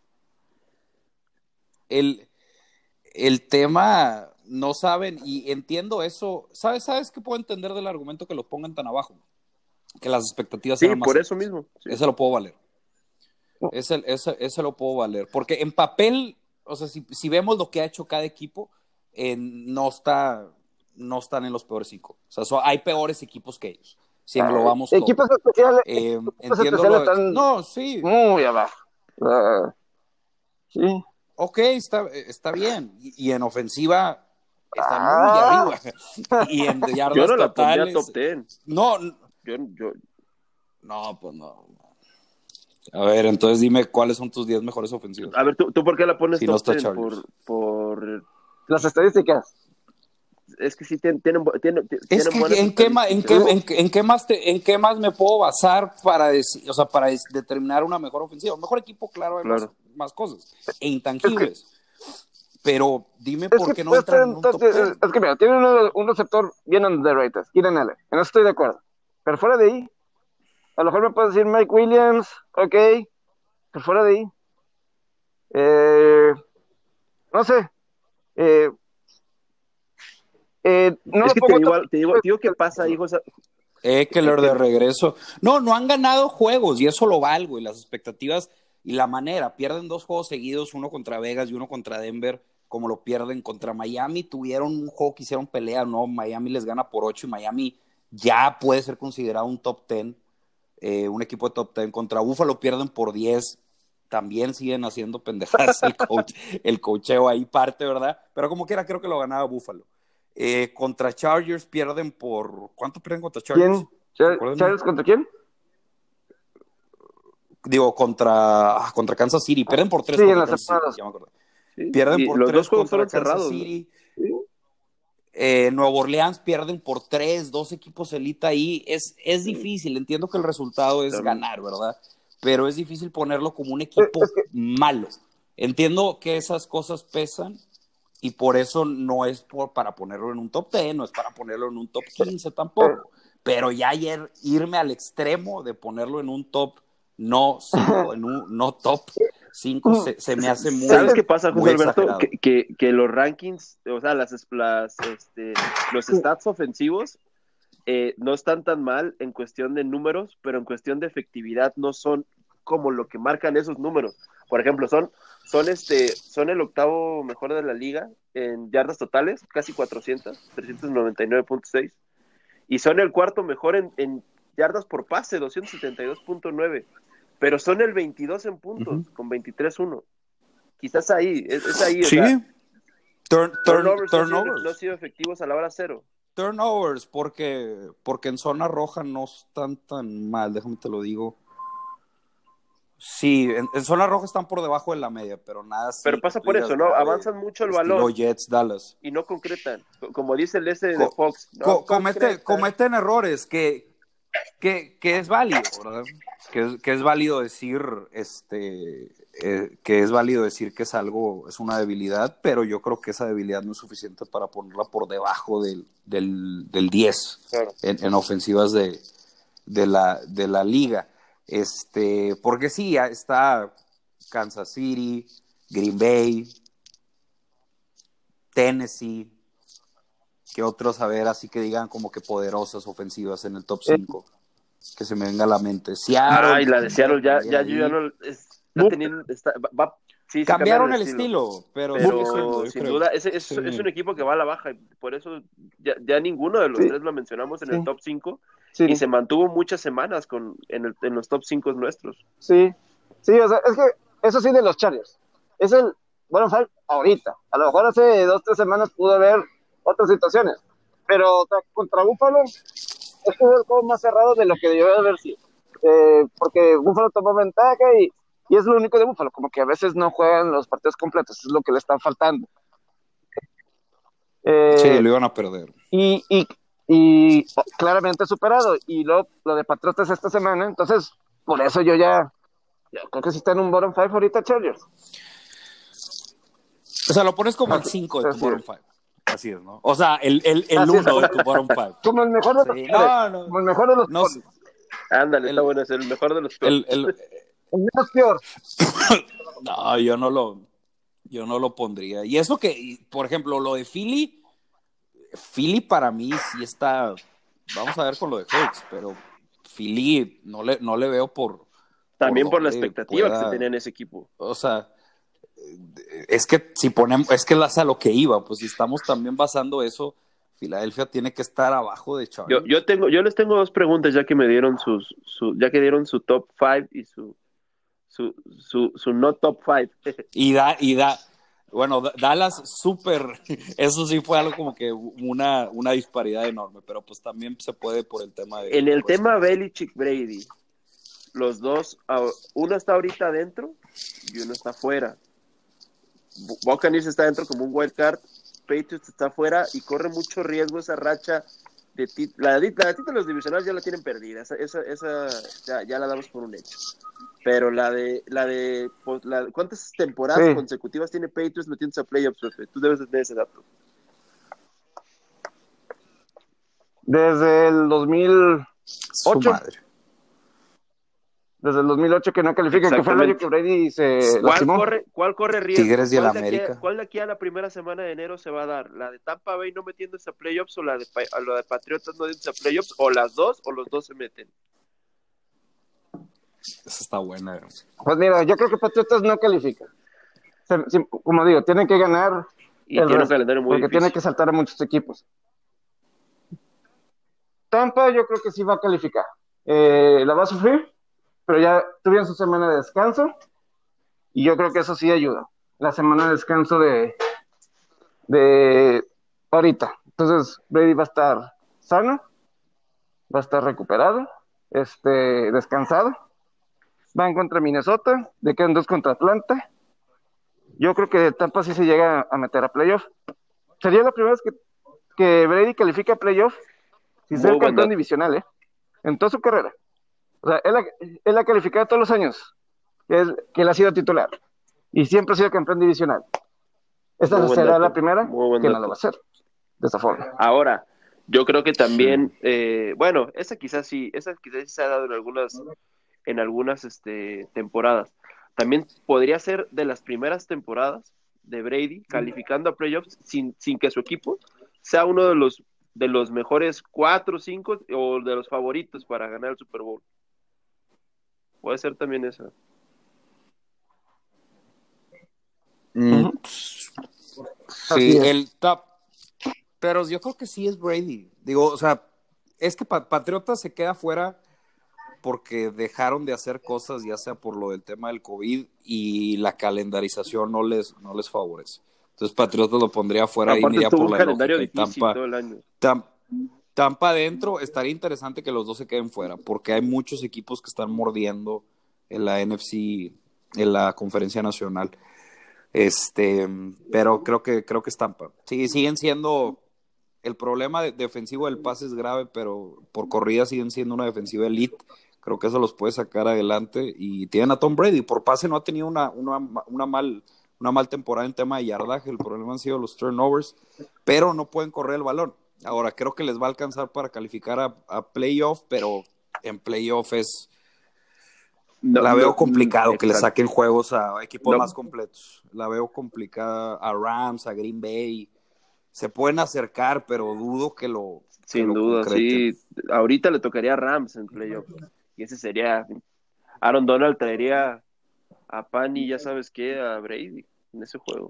el, el tema no saben, y entiendo eso. ¿Sabes, sabes qué puedo entender del argumento que los pongan tan abajo? Que las expectativas Sí, eran más por eso altas. mismo. Sí. Ese lo puedo valer. Ese, ese, ese lo puedo valer. Porque en papel, o sea, si, si vemos lo que ha hecho cada equipo, eh, no está, no están en los peores cinco. O sea, so, hay peores equipos que ellos. Si englobamos todo. Equipos especiales, Eh, equipos entiendo especiales lo de- están No, sí. muy abajo. Ah, sí. Ok, está, está bien. Y, y en ofensiva están muy Ah. arriba. Y en yardas Yo no la pondría totales. top diez. No, Yo, yo, no, pues no. A ver, entonces dime cuáles son tus diez mejores ofensivas. a ver, ¿tú, ¿tú por qué la pones Si no top está diez? Chargers. Por, por... Las estadísticas. Es que sí tienen, tienen, tienen, Es tienen que buenas ¿en qué, ma- en, qué, estadísticas. en, qué, en, qué más te, ¿en qué más me puedo basar para, decir, o sea, para des- determinar una mejor ofensiva? Un mejor equipo, claro, hay Claro. Más, más cosas. E intangibles. Pero dime por Es qué que, no es, entran en un top que, diez. es que mira, tienen un, un receptor bien underrated, Keenan Allen. En eso estoy de acuerdo. Pero fuera de ahí, a lo mejor me puedes decir Mike Williams, ok. Pero fuera de ahí, eh, no sé. Eh, eh, no Es lo que pongo te digo, tan- te digo, te digo qué pasa ahí, José. Eckler de Eckler. regreso. No, no han ganado juegos y eso lo valgo. Y las expectativas y la manera. Pierden dos juegos seguidos, uno contra Vegas y uno contra Denver, como lo pierden contra Miami. Tuvieron un juego que hicieron pelea, ¿no? Miami les gana por ocho y Miami ya puede ser considerado un top diez, eh, un equipo de top diez. Contra Buffalo pierden por diez. También siguen haciendo pendejadas el coach, el coacheo ahí parte, ¿verdad? Pero como quiera, creo que lo ganaba Buffalo. Eh, contra Chargers pierden por... ¿Cuánto pierden contra Chargers? ¿Quién? Char- Recuérdenme. ¿Chargers contra quién? Digo, contra, ah, contra Kansas City. Pierden por tres Sí, en contra la Kansas semana City, dos. ya me acordé. Sí, Pierden y por los tres dos juegos contra fueron Kansas cerrados, ¿no? City. Sí. Eh, Nueva Orleans pierden por tres, dos equipos elite ahí. Es, es difícil, entiendo que el resultado es Claro. ganar, ¿verdad? Pero es difícil ponerlo como un equipo Es que- malo. Entiendo que esas cosas pesan y por eso no es por, para ponerlo en un top diez, no es para ponerlo en un top quince tampoco. Pero ya ayer irme al extremo de ponerlo en un top no cinco, en un no top cinco, se, se me hace muy ¿Sabes qué pasa, José muy Alberto? exagerado. Que, que, que los rankings, o sea, las, las, este, los stats ofensivos eh, no están tan mal en cuestión de números, pero en cuestión de efectividad no son como lo que marcan esos números. Por ejemplo, son, son, este, son el octavo mejor de la liga en yardas totales, casi cuatrocientos, trescientos noventa y nueve punto seis, y son el cuarto mejor en, en yardas por pase, doscientos setenta y dos punto nueve, pero son el veintidós en puntos, uh-huh. con veintitrés uno. Quizás ahí, es, es ahí. Sí. O sea, turn, turn, turnovers, turnovers. No han sido efectivos a la hora cero. Turnovers, porque, porque en zona roja no están tan mal, déjame te lo digo. Sí, en, en zona roja están por debajo de la media, pero nada así. Pero pasa por eso, ¿no? Grave, avanzan mucho el balón. Jets, Dallas. Y no concretan. Como dice el este Co- de Fox. No co- comete, cometen errores que, que, que es válido, ¿verdad? Que es, que es válido decir, este, eh, que es válido decir que es algo, es una debilidad, pero yo creo que esa debilidad no es suficiente para ponerla por debajo del, del, del diez claro. en, en ofensivas de, de, la, de la liga. Este, porque sí, ya está Kansas City, Green Bay, Tennessee, que otros, a ver, así que digan como que poderosas ofensivas en el top cinco, que se me venga a la mente. Seattle. Ay, la de Seattle ya, ya, yo ya no, está teniendo, está, va, sí, cambiaron el estilo, estilo pero, pero siendo, sin creo. duda, es, es, sí. es un equipo que va a la baja, por eso ya, ya ninguno de los sí. tres lo mencionamos en sí. el top cinco, sí. y se mantuvo muchas semanas con, en, el, en los top cinco nuestros. Sí, sí, o sea, es que eso sí de los Chargers, es el, bueno, ahorita, a lo mejor hace dos, tres semanas pudo haber otras situaciones, pero o sea, contra Buffalo estuvo el juego más cerrado de lo que debió de haber sido, eh, porque Buffalo tomó ventaja y, y es lo único de Buffalo, como que a veces no juegan los partidos completos, es lo que le está faltando. Eh, sí, lo iban a perder. Y, y, y claramente superado, y luego lo de Patriotas esta semana, entonces, por eso yo ya, yo creo que sí está en un bottom five ahorita Chargers. O sea, lo pones como el cinco de tu bottom five. Así es, ¿no? O sea, el el, el uno de tu bottom five. Como el mejor de los sí. no, no, como el mejor de los no, ándale, el, está bueno, es el mejor de los peores. El, el, el menos peor. No, yo no lo yo no lo pondría. Y eso que, por ejemplo, lo de Philly, Philly para mí sí está, vamos a ver con lo de Hurts, pero Philly no le, no le veo por... También por, por la expectativa pueda, que se tenía en ese equipo. O sea, es que si ponemos, es que es a lo que iba, pues si estamos también basando eso, Filadelfia tiene que estar abajo de Chargers. Yo, yo tengo, yo les tengo dos preguntas ya que me dieron sus, su, ya que dieron su top five y su su, su, su no top five. y da, y da, bueno, Dallas súper, eso sí fue algo como que una, una disparidad enorme, pero pues también se puede por el tema de... En el pues, tema Belichick Brady, los dos, uno está ahorita adentro y uno está afuera. Buccaneers está adentro como un wild card, Patriots está afuera y corre mucho riesgo esa racha de tit- la, la, la títulos divisionales ya la tienen perdida, esa, esa, esa ya, ya la damos por un hecho. Pero la de, la de, pues, la, ¿cuántas temporadas sí. consecutivas tiene Patriots metiéndose a playoffs, Pepe? Tú debes de tener ese dato. Desde el dos mil ocho. Su madre. Desde el dos mil ocho que no califica, que fue el año que Brady se ¿Cuál lastimó. corre, ¿Cuál corre riesgo? Tigres y el ¿Cuál América. De aquí a, ¿Cuál de aquí a la primera semana de enero se va a dar? ¿La de Tampa Bay no metiéndose a playoffs o la de, a la de Patriotas no metiéndose a playoffs? ¿O las dos o los dos se meten? Esa está buena. Pues mira, yo creo que Patriotas no califica. Como digo, tienen que ganar y tiene un calendario muy porque difícil. Tiene que saltar a muchos equipos. Tampa yo creo que sí va a calificar. Eh, la va a sufrir, pero ya tuvieron su semana de descanso y yo creo que eso sí ayuda. La semana de descanso de de ahorita. Entonces Brady va a estar sano, va a estar recuperado, este descansado. Van contra Minnesota, le quedan dos contra Atlanta. Yo creo que Tampa sí se llega a meter a playoff. Sería la primera vez que, que Brady califica a playoff sin ser campeón bueno. divisional, ¿eh? En toda su carrera. O sea, él ha, él ha calificado todos los años que él, que él ha sido titular. Y siempre ha sido campeón divisional. Esta Muy será la primera que no lo va a hacer. De esa forma. Ahora, yo creo que también, sí. eh, bueno, esa quizás sí, esa quizás sí se ha dado en algunas... en algunas este, temporadas. También podría ser de las primeras temporadas de Brady calificando a playoffs sin, sin que su equipo sea uno de los de los mejores cuatro o cinco o de los favoritos para ganar el Super Bowl. Puede ser también esa. Mm. Uh-huh. Sí, el top. Pero yo creo que sí es Brady. Digo, o sea, es que Patriota se queda fuera porque dejaron de hacer cosas, ya sea por lo del tema del COVID y la calendarización no les, no les favorece. Entonces Patriotas lo pondría fuera y Aparte miraría tuvo por un la calendario lógica. Y difícil Tampa, todo el año. Tam- Tampa adentro, estaría interesante que los dos se queden fuera, porque hay muchos equipos que están mordiendo en la N F C, en la Conferencia Nacional. Este, pero creo que creo que es Tampa. Sí, siguen siendo el problema de, defensivo del pase es grave, pero por corrida siguen siendo una defensiva elite. Creo que eso los puede sacar adelante y tienen a Tom Brady. Por pase no ha tenido una, una, una mal una mal temporada en tema de yardaje. El problema han sido los turnovers, pero no pueden correr el balón. Ahora creo que les va a alcanzar para calificar a, a playoff, pero en playoff es No, la veo no, complicado exacto. que le saquen juegos a equipos No. más completos. La veo complicada a Rams, a Green Bay. Se pueden acercar, pero dudo que lo que Sin lo duda, concreten. sí. Ahorita le tocaría a Rams en playoff. Y ese sería. Aaron Donald traería a Pan y ya sabes qué, a Brady en ese juego.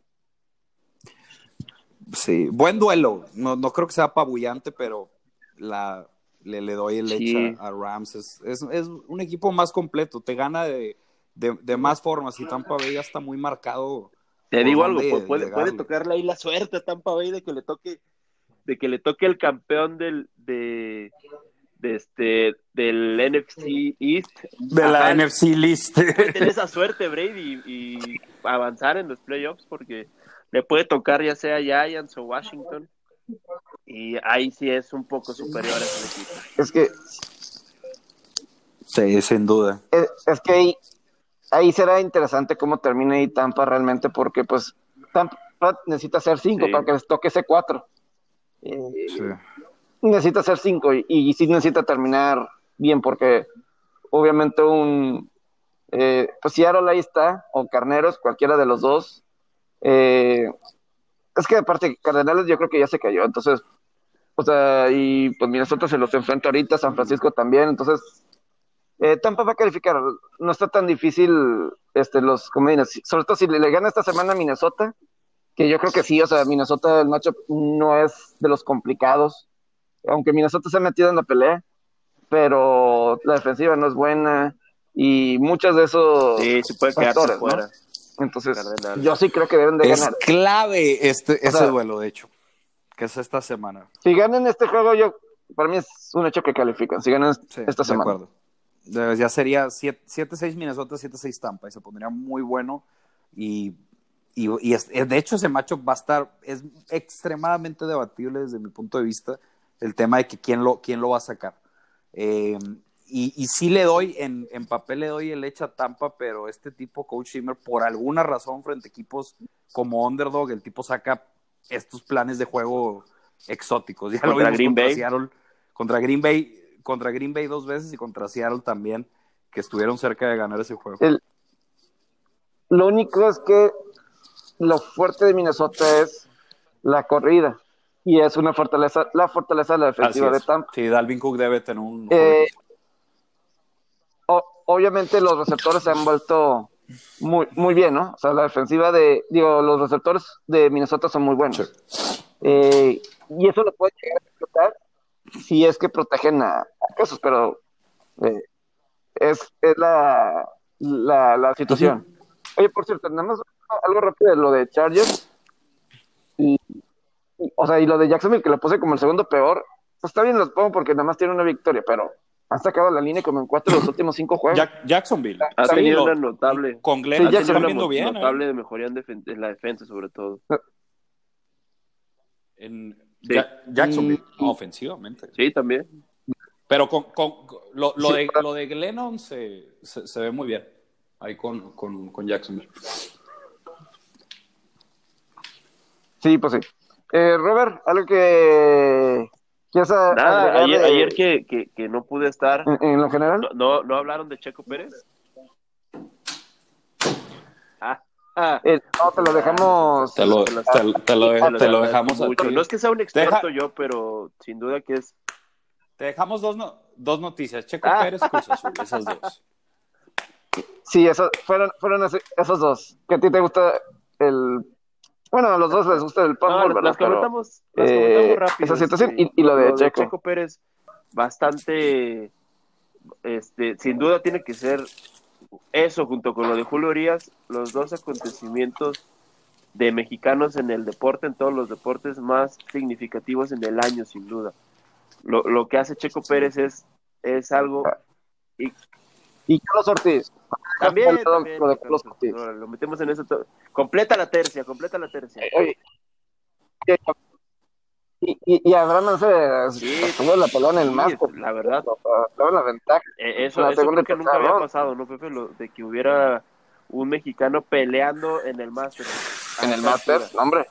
Sí, buen duelo. No, no creo que sea apabullante, pero la, le, le doy el Sí. edge a, a Rams. Es, es, es un equipo más completo. Te gana de, de, de más formas. Y Tampa Bay ya está muy marcado. Te por digo algo, dónde pu- puede, puede llegarle. tocarle ahí la suerte a Tampa Bay de que le toque, de que le toque el campeón del, de, de este, del N F C East. De la Ajá, N F C list. puede tener esa suerte Brady y, y avanzar en los playoffs porque le puede tocar ya sea Giants o Washington y ahí sí es un poco superior a ese equipo. Es que, Sí, sin duda. es, es que ahí, ahí será interesante cómo termine ahí Tampa realmente, porque pues Tampa necesita hacer cinco Sí. para que les toque ese cuatro. Eh, Sí. necesita hacer cinco y, y sí necesita terminar bien, porque obviamente un eh, pues Seattle ahí está, o Carneros, cualquiera de los dos. Eh, es que aparte Cardenales yo creo que ya se cayó, entonces, o sea, y pues Minnesota se los enfrenta ahorita, San Francisco también, entonces eh, Tampa va a calificar, no está tan difícil este los comedios, sobre todo si le, le gana esta semana a Minnesota, que yo creo que sí, o sea, Minnesota el matchup no es de los complicados, aunque Minnesota se ha metido en la pelea, pero la defensiva no es buena y muchos de esos Sí, sí puede quedarse factores, fuera. ¿no? Entonces, Cardenales. yo sí creo que deben de Es ganar. clave este, O ese sea, duelo, de hecho, que es esta semana. Si ganan este juego, yo para mí es un hecho que califican. Si ganan Sí, esta de semana. acuerdo. De- Ya sería siete seis Minnesota, siete seis Tampa, y se pondría muy bueno. Y, y, y es- de hecho, ese matchup va a estar, es extremadamente debatible desde mi punto de vista, el tema de que quién lo, quién lo va a sacar. Eh, y, y sí le doy, en, en papel le doy el edge a Tampa, pero este tipo, Coach Zimmer, por alguna razón, frente a equipos como Underdog, el tipo saca estos planes de juego exóticos. Ya lo Contra vimos Green contra Bay. Seattle, contra Green Bay, contra Green Bay dos veces y contra Seattle también, que estuvieron cerca de ganar ese juego. El, lo único es que lo fuerte de Minnesota es la corrida. Y es una fortaleza, la fortaleza de la defensiva de Tampa. Sí, Dalvin Cook debe tener un eh, o, obviamente los receptores se han vuelto muy, muy bien, ¿no? O sea, la defensiva de, digo, los receptores de Minnesota son muy buenos. Sí. Eh, y eso lo puede llegar a explotar si es que protegen a, a casos, pero eh, es, es la, la, la situación. Uh-huh. Oye, por cierto, nada más algo rápido de lo de Chargers y, y, o sea, y lo de Jacksonville, que lo puse como el segundo peor, pues está bien, los pongo porque nada más tiene una victoria, pero han sacado la línea como en cuatro de los últimos cinco juegos. Jack, Jacksonville. Ha sí, tenido lo, una notable. Con Glenn sí, están una viendo bien. Notable ¿eh? de mejoría en, defen- en la defensa, sobre todo. En Sí. ja- Jacksonville, y, ofensivamente. Sí, también. Pero con, con, con lo, lo, sí, de, para... lo de Glennon se, se, se ve muy bien ahí con, con, con Jacksonville. Sí, pues sí. Eh, Robert, algo que quieras Nada, ayer, de... ayer que, que, que no pude estar. ¿En, en lo general? No, no, ¿no hablaron de Checo Pérez? Ah. Ah, eh, no, te lo dejamos. Te lo, te, te, te lo, te lo, te lo dejamos mucho. a ti. No es que sea un experto Deja, yo, pero sin duda que es. Te dejamos dos, no, dos noticias: Checo Ah. Pérez, Cruz Azul, esas dos. Sí, eso, fueron, fueron esos dos. Que a ti te gusta el. Bueno, a los dos les gusta el no, ¿verdad? Las comentamos, Pero, las comentamos eh, rápido. Esa situación este, y, y lo, lo, de, lo Checo. de Checo Pérez, bastante. este, sin duda tiene que ser eso, junto con lo de Julio Urias, los dos acontecimientos de mexicanos en el deporte, en todos los deportes más significativos en el año, sin duda. Lo, lo que hace Checo Pérez es, es algo... Y, y Carlos Ortiz. También, también lo, de Carlos Ortiz. No, lo metemos en eso. Todo. Completa la tercia, completa la tercia. Oye, y, y, y Abraham no se sí, tuvo la pelea en el sí, máster. La verdad. Estaba en la ventaja. Eh, eso eso creo que nunca había pasado, ¿no, Pepe? Lo, de que hubiera un mexicano peleando en el máster. En el máster, hombre.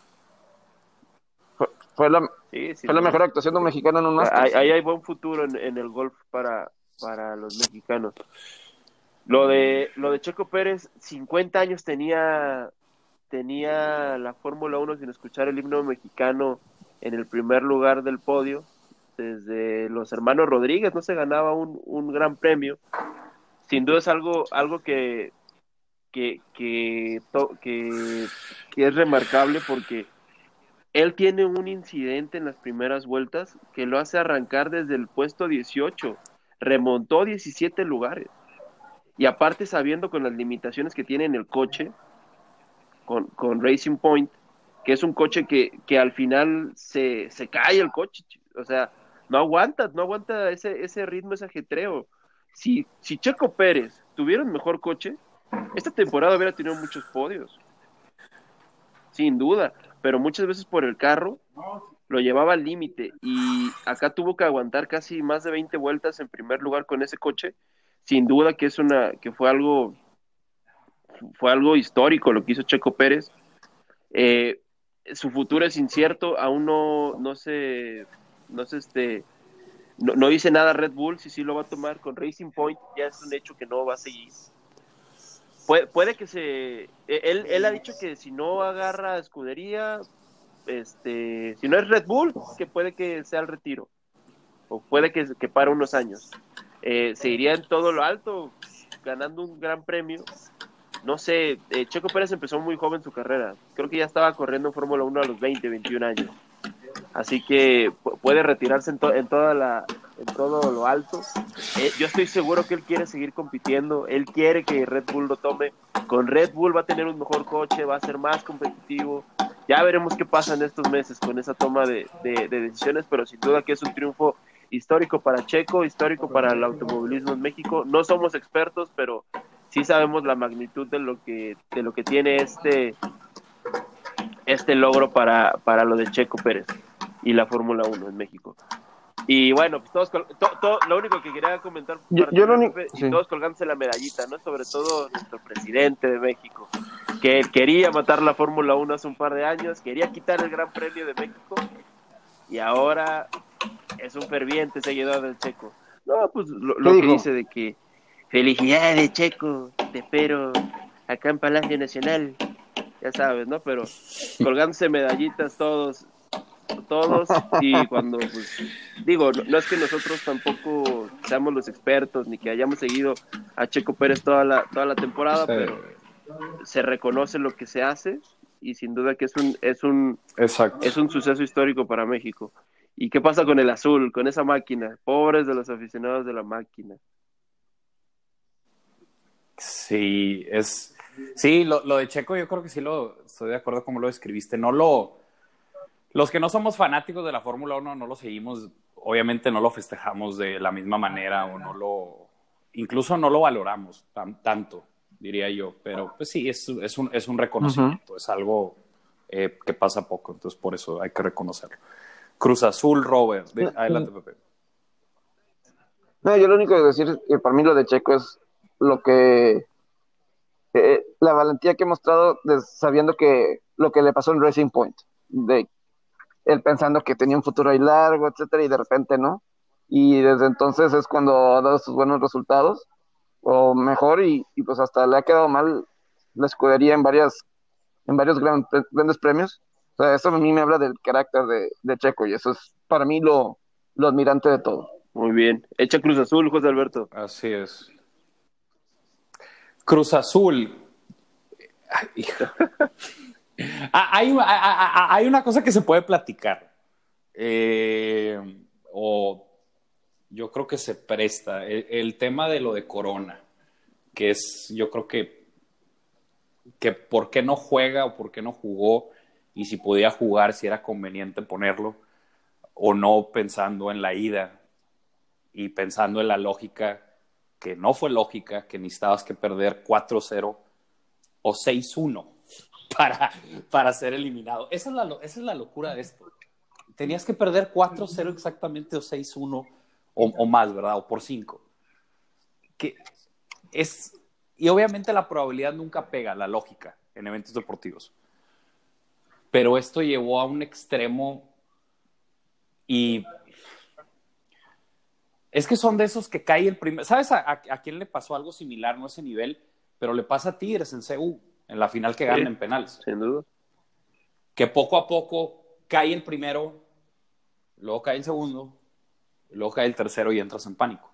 Fue, fue, la, sí, sí, fue la mejor actuación de un mexicano en un máster. Ahí hay, hay buen futuro en, en el golf para, para los mexicanos. Lo de lo de Checo Pérez, cincuenta años tenía tenía la Fórmula uno sin escuchar el himno mexicano en el primer lugar del podio. Desde los hermanos Rodríguez no se ganaba un, un gran premio. Sin duda es algo algo que que que, to, que que es remarcable porque él tiene un incidente en las primeras vueltas que lo hace arrancar desde el puesto dieciocho, remontó diecisiete lugares. Y aparte sabiendo con las limitaciones que tiene en el coche, con, con Racing Point, que es un coche que, que al final se, se cae el coche, o sea, no aguanta, no aguanta ese, ese ritmo, ese ajetreo. Si, si Checo Pérez tuviera un mejor coche, esta temporada hubiera tenido muchos podios, sin duda, pero muchas veces por el carro lo llevaba al límite y acá tuvo que aguantar casi más de veinte vueltas en primer lugar con ese coche. Sin duda que es una que fue algo fue algo histórico lo que hizo Checo Pérez. Eh, su futuro es incierto, aún no no se no se este no, no dice nada Red Bull si sí lo va a tomar con Racing Point, ya es un hecho que no va a seguir. Puede, puede que se él él ha dicho que si no agarra escudería, este, si no es Red Bull, que puede que sea el retiro o puede que, que para unos años. Eh, se iría en todo lo alto, ganando un gran premio. No sé, eh, Checo Pérez empezó muy joven su carrera. Creo que ya estaba corriendo en Fórmula uno a los veinte, veintiún años. Así que puede retirarse en, to- en, toda la, en todo lo alto. Eh, yo estoy seguro que él quiere seguir compitiendo. Él quiere que Red Bull lo tome. Con Red Bull va a tener un mejor coche, va a ser más competitivo. Ya veremos qué pasa en estos meses con esa toma de, de, de decisiones, pero sin duda que es un triunfo histórico para Checo, histórico para el automovilismo en México. No somos expertos, pero sí sabemos la magnitud de lo que, de lo que tiene este, este logro para, para lo de Checo Pérez y la Fórmula uno en México. Y bueno, pues todos, to, to, lo único que quería comentar, yo, yo lo único, y sí. todos colgándose la medallita, ¿no? Sobre todo nuestro presidente de México, que quería matar la Fórmula uno hace un par de años, quería quitar el Gran Premio de México, y ahora es un ferviente seguidor del Checo. No, pues lo, lo que dice de que felicidades, Checo, te espero acá en Palacio Nacional, ya sabes, ¿no? Pero colgándose medallitas todos, todos, y cuando, pues, digo, no, no es que nosotros tampoco seamos los expertos, ni que hayamos seguido a Checo Pérez toda la, toda la temporada, sí. Pero se reconoce lo que se hace, y sin duda que es un, es un, Exacto. es un suceso histórico para México. ¿Y qué pasa con el azul, con esa máquina? Pobres de los aficionados de la máquina. Sí, es, sí, lo, lo de Checo yo creo que sí lo, estoy de acuerdo como lo describiste, no lo, los que no somos fanáticos de la Fórmula uno no lo seguimos, obviamente no lo festejamos de la misma manera o no lo, incluso no lo valoramos tan, tanto, diría yo, pero pues sí, es, es, un, es un reconocimiento, uh-huh. Es algo eh, que pasa poco, entonces por eso hay que reconocerlo. Cruz Azul, Robert, de, adelante Pepe. No, yo lo único que decir que para mí lo de Checo es lo que eh, la valentía que ha mostrado de, sabiendo que lo que le pasó en Racing Point, de él pensando que tenía un futuro ahí largo, etcétera, y de repente no, y desde entonces es cuando ha dado sus buenos resultados, o mejor, y, y pues hasta le ha quedado mal la escudería en varias, en varios gran, grandes premios. O sea, eso a mí me habla del carácter de, de Checo, y eso es para mí lo, lo admirante de todo. Muy bien. Echa Cruz Azul, José Alberto. Así es. Cruz Azul. Ay, hay, hay una cosa que se puede platicar. Eh, o yo creo que se presta. El, el tema de lo de Corona, que es, yo creo que, que por qué no juega o por qué no jugó, y si podía jugar, si era conveniente ponerlo, o no pensando en la ida y pensando en la lógica, que no fue lógica, que necesitabas que perder cuatro cero o seis uno para, para ser eliminado. Esa es, la, esa es la locura de esto. Tenías que perder cuatro cero exactamente o seis uno o, o más, ¿verdad? O por cinco. Que es, y obviamente la probabilidad nunca pega, la lógica, en eventos deportivos. Pero esto llevó a un extremo y es que son de esos que cae el primer... ¿Sabes a, a, a quién le pasó algo similar, no ese nivel? Pero le pasa a Tigres en C U, en la final que ganan sí, en penales. Sin duda. Que poco a poco cae el primero, luego cae el segundo, luego cae el tercero y entras en pánico.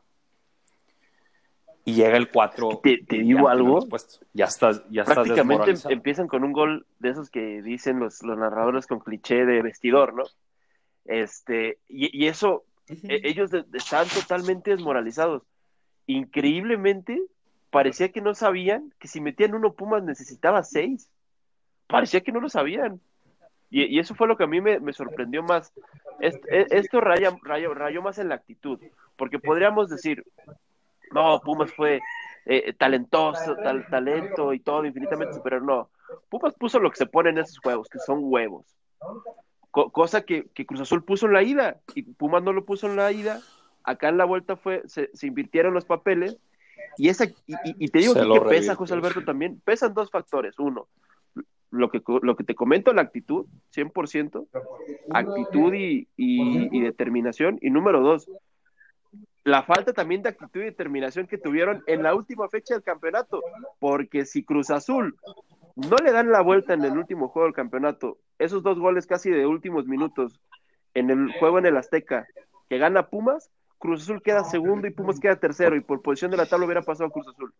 Y llega el cuatro. Te, te digo ya algo. Ya estás, ya prácticamente estás empiezan con un gol de esos que dicen los, los narradores con cliché de vestidor, ¿no? Este, y, y eso, uh-huh. eh, ellos de, de, están totalmente desmoralizados. Increíblemente, parecía que no sabían que si metían uno Pumas necesitaba seis. Parecía que no lo sabían. Y, y eso fue lo que a mí me, me sorprendió más. Esto, esto raya, rayó, rayó más en la actitud, porque podríamos decir, no, Pumas fue eh, talentoso, tal, talento y todo, infinitamente superior. No, Pumas puso lo que se pone en esos juegos, que son huevos. Co- cosa que, que Cruz Azul puso en la ida, y Pumas no lo puso en la ida. Acá en la vuelta fue, se, se invirtieron los papeles, y, esa, y, y, y te digo que, que pesa, José Alberto, también, pesan dos factores. Uno, lo que, lo que te comento, la actitud, cien por ciento, actitud y, y, y determinación. Y número dos, la falta también de actitud y determinación que tuvieron en la última fecha del campeonato, porque si Cruz Azul no le dan la vuelta en el último juego del campeonato, esos dos goles casi de últimos minutos en el juego en el Azteca, que gana Pumas, Cruz Azul queda segundo y Pumas queda tercero, y por posición de la tabla hubiera pasado Cruz Azul.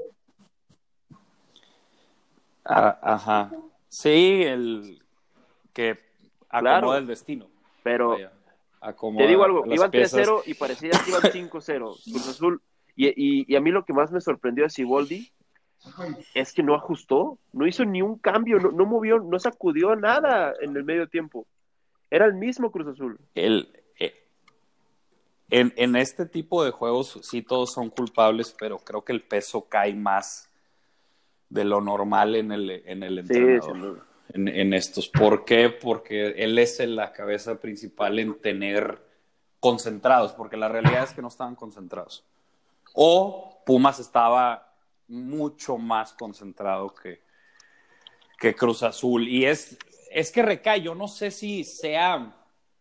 Ah, ajá. Sí, el que acomoda claro, el destino. Pero Vaya. Te digo algo, iban tres cero y parecía que iban cinco cero Cruz Azul, y, y, y a mí lo que más me sorprendió de Siboldi es que no ajustó, no hizo ni un cambio, no, no movió, no sacudió nada en el medio tiempo. Era el mismo Cruz Azul. El, eh, en, en este tipo de juegos sí todos son culpables, pero creo que el peso cae más de lo normal en el, en el entrenador. Sí, sí. En, en estos. ¿Por qué? Porque él es la cabeza principal en tener concentrados, porque la realidad es que no estaban concentrados. O Pumas estaba mucho más concentrado que, que Cruz Azul. Y es, es que recae, yo no sé si sea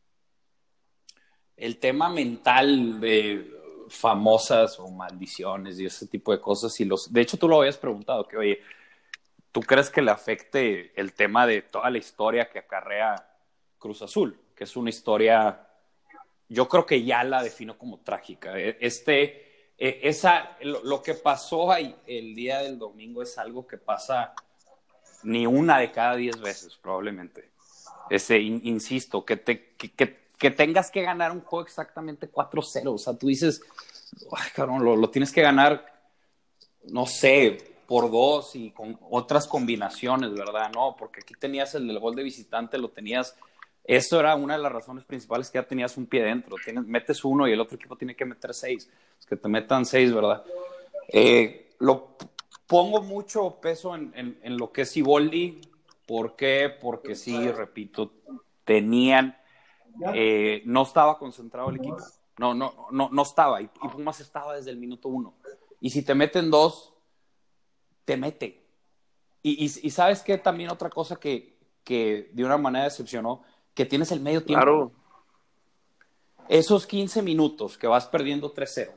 el tema mental de famosas o maldiciones y ese tipo de cosas. Y los, de hecho, tú lo habías preguntado, que oye, ¿tú crees que le afecte el tema de toda la historia que acarrea Cruz Azul? Que es una historia, yo creo que ya la defino como trágica. Este, esa, lo, lo que pasó ahí el día del domingo es algo que pasa ni una de cada diez veces, probablemente. Ese, in, insisto, que, te, que, que, que tengas que ganar un juego exactamente cuatro cero. O sea, tú dices, ay, cabrón, lo, lo tienes que ganar, no sé, por dos y con otras combinaciones, ¿verdad? No, porque aquí tenías el del gol de visitante, lo tenías, eso era una de las razones principales, que ya tenías un pie dentro, tienes, metes uno y el otro equipo tiene que meter seis, es que te metan seis, ¿verdad? Eh, lo pongo mucho peso en, en, en lo que es Siboldi. ¿Por qué? Porque sí, repito, tenían, eh, no estaba concentrado el equipo, no, no, no, no estaba, y, y Pumas estaba desde el minuto uno, y si te meten dos, te mete. Y, y, y sabes qué, también otra cosa que, que de una manera decepcionó, que tienes el medio tiempo. Claro. Esos quince minutos que vas perdiendo tres cero,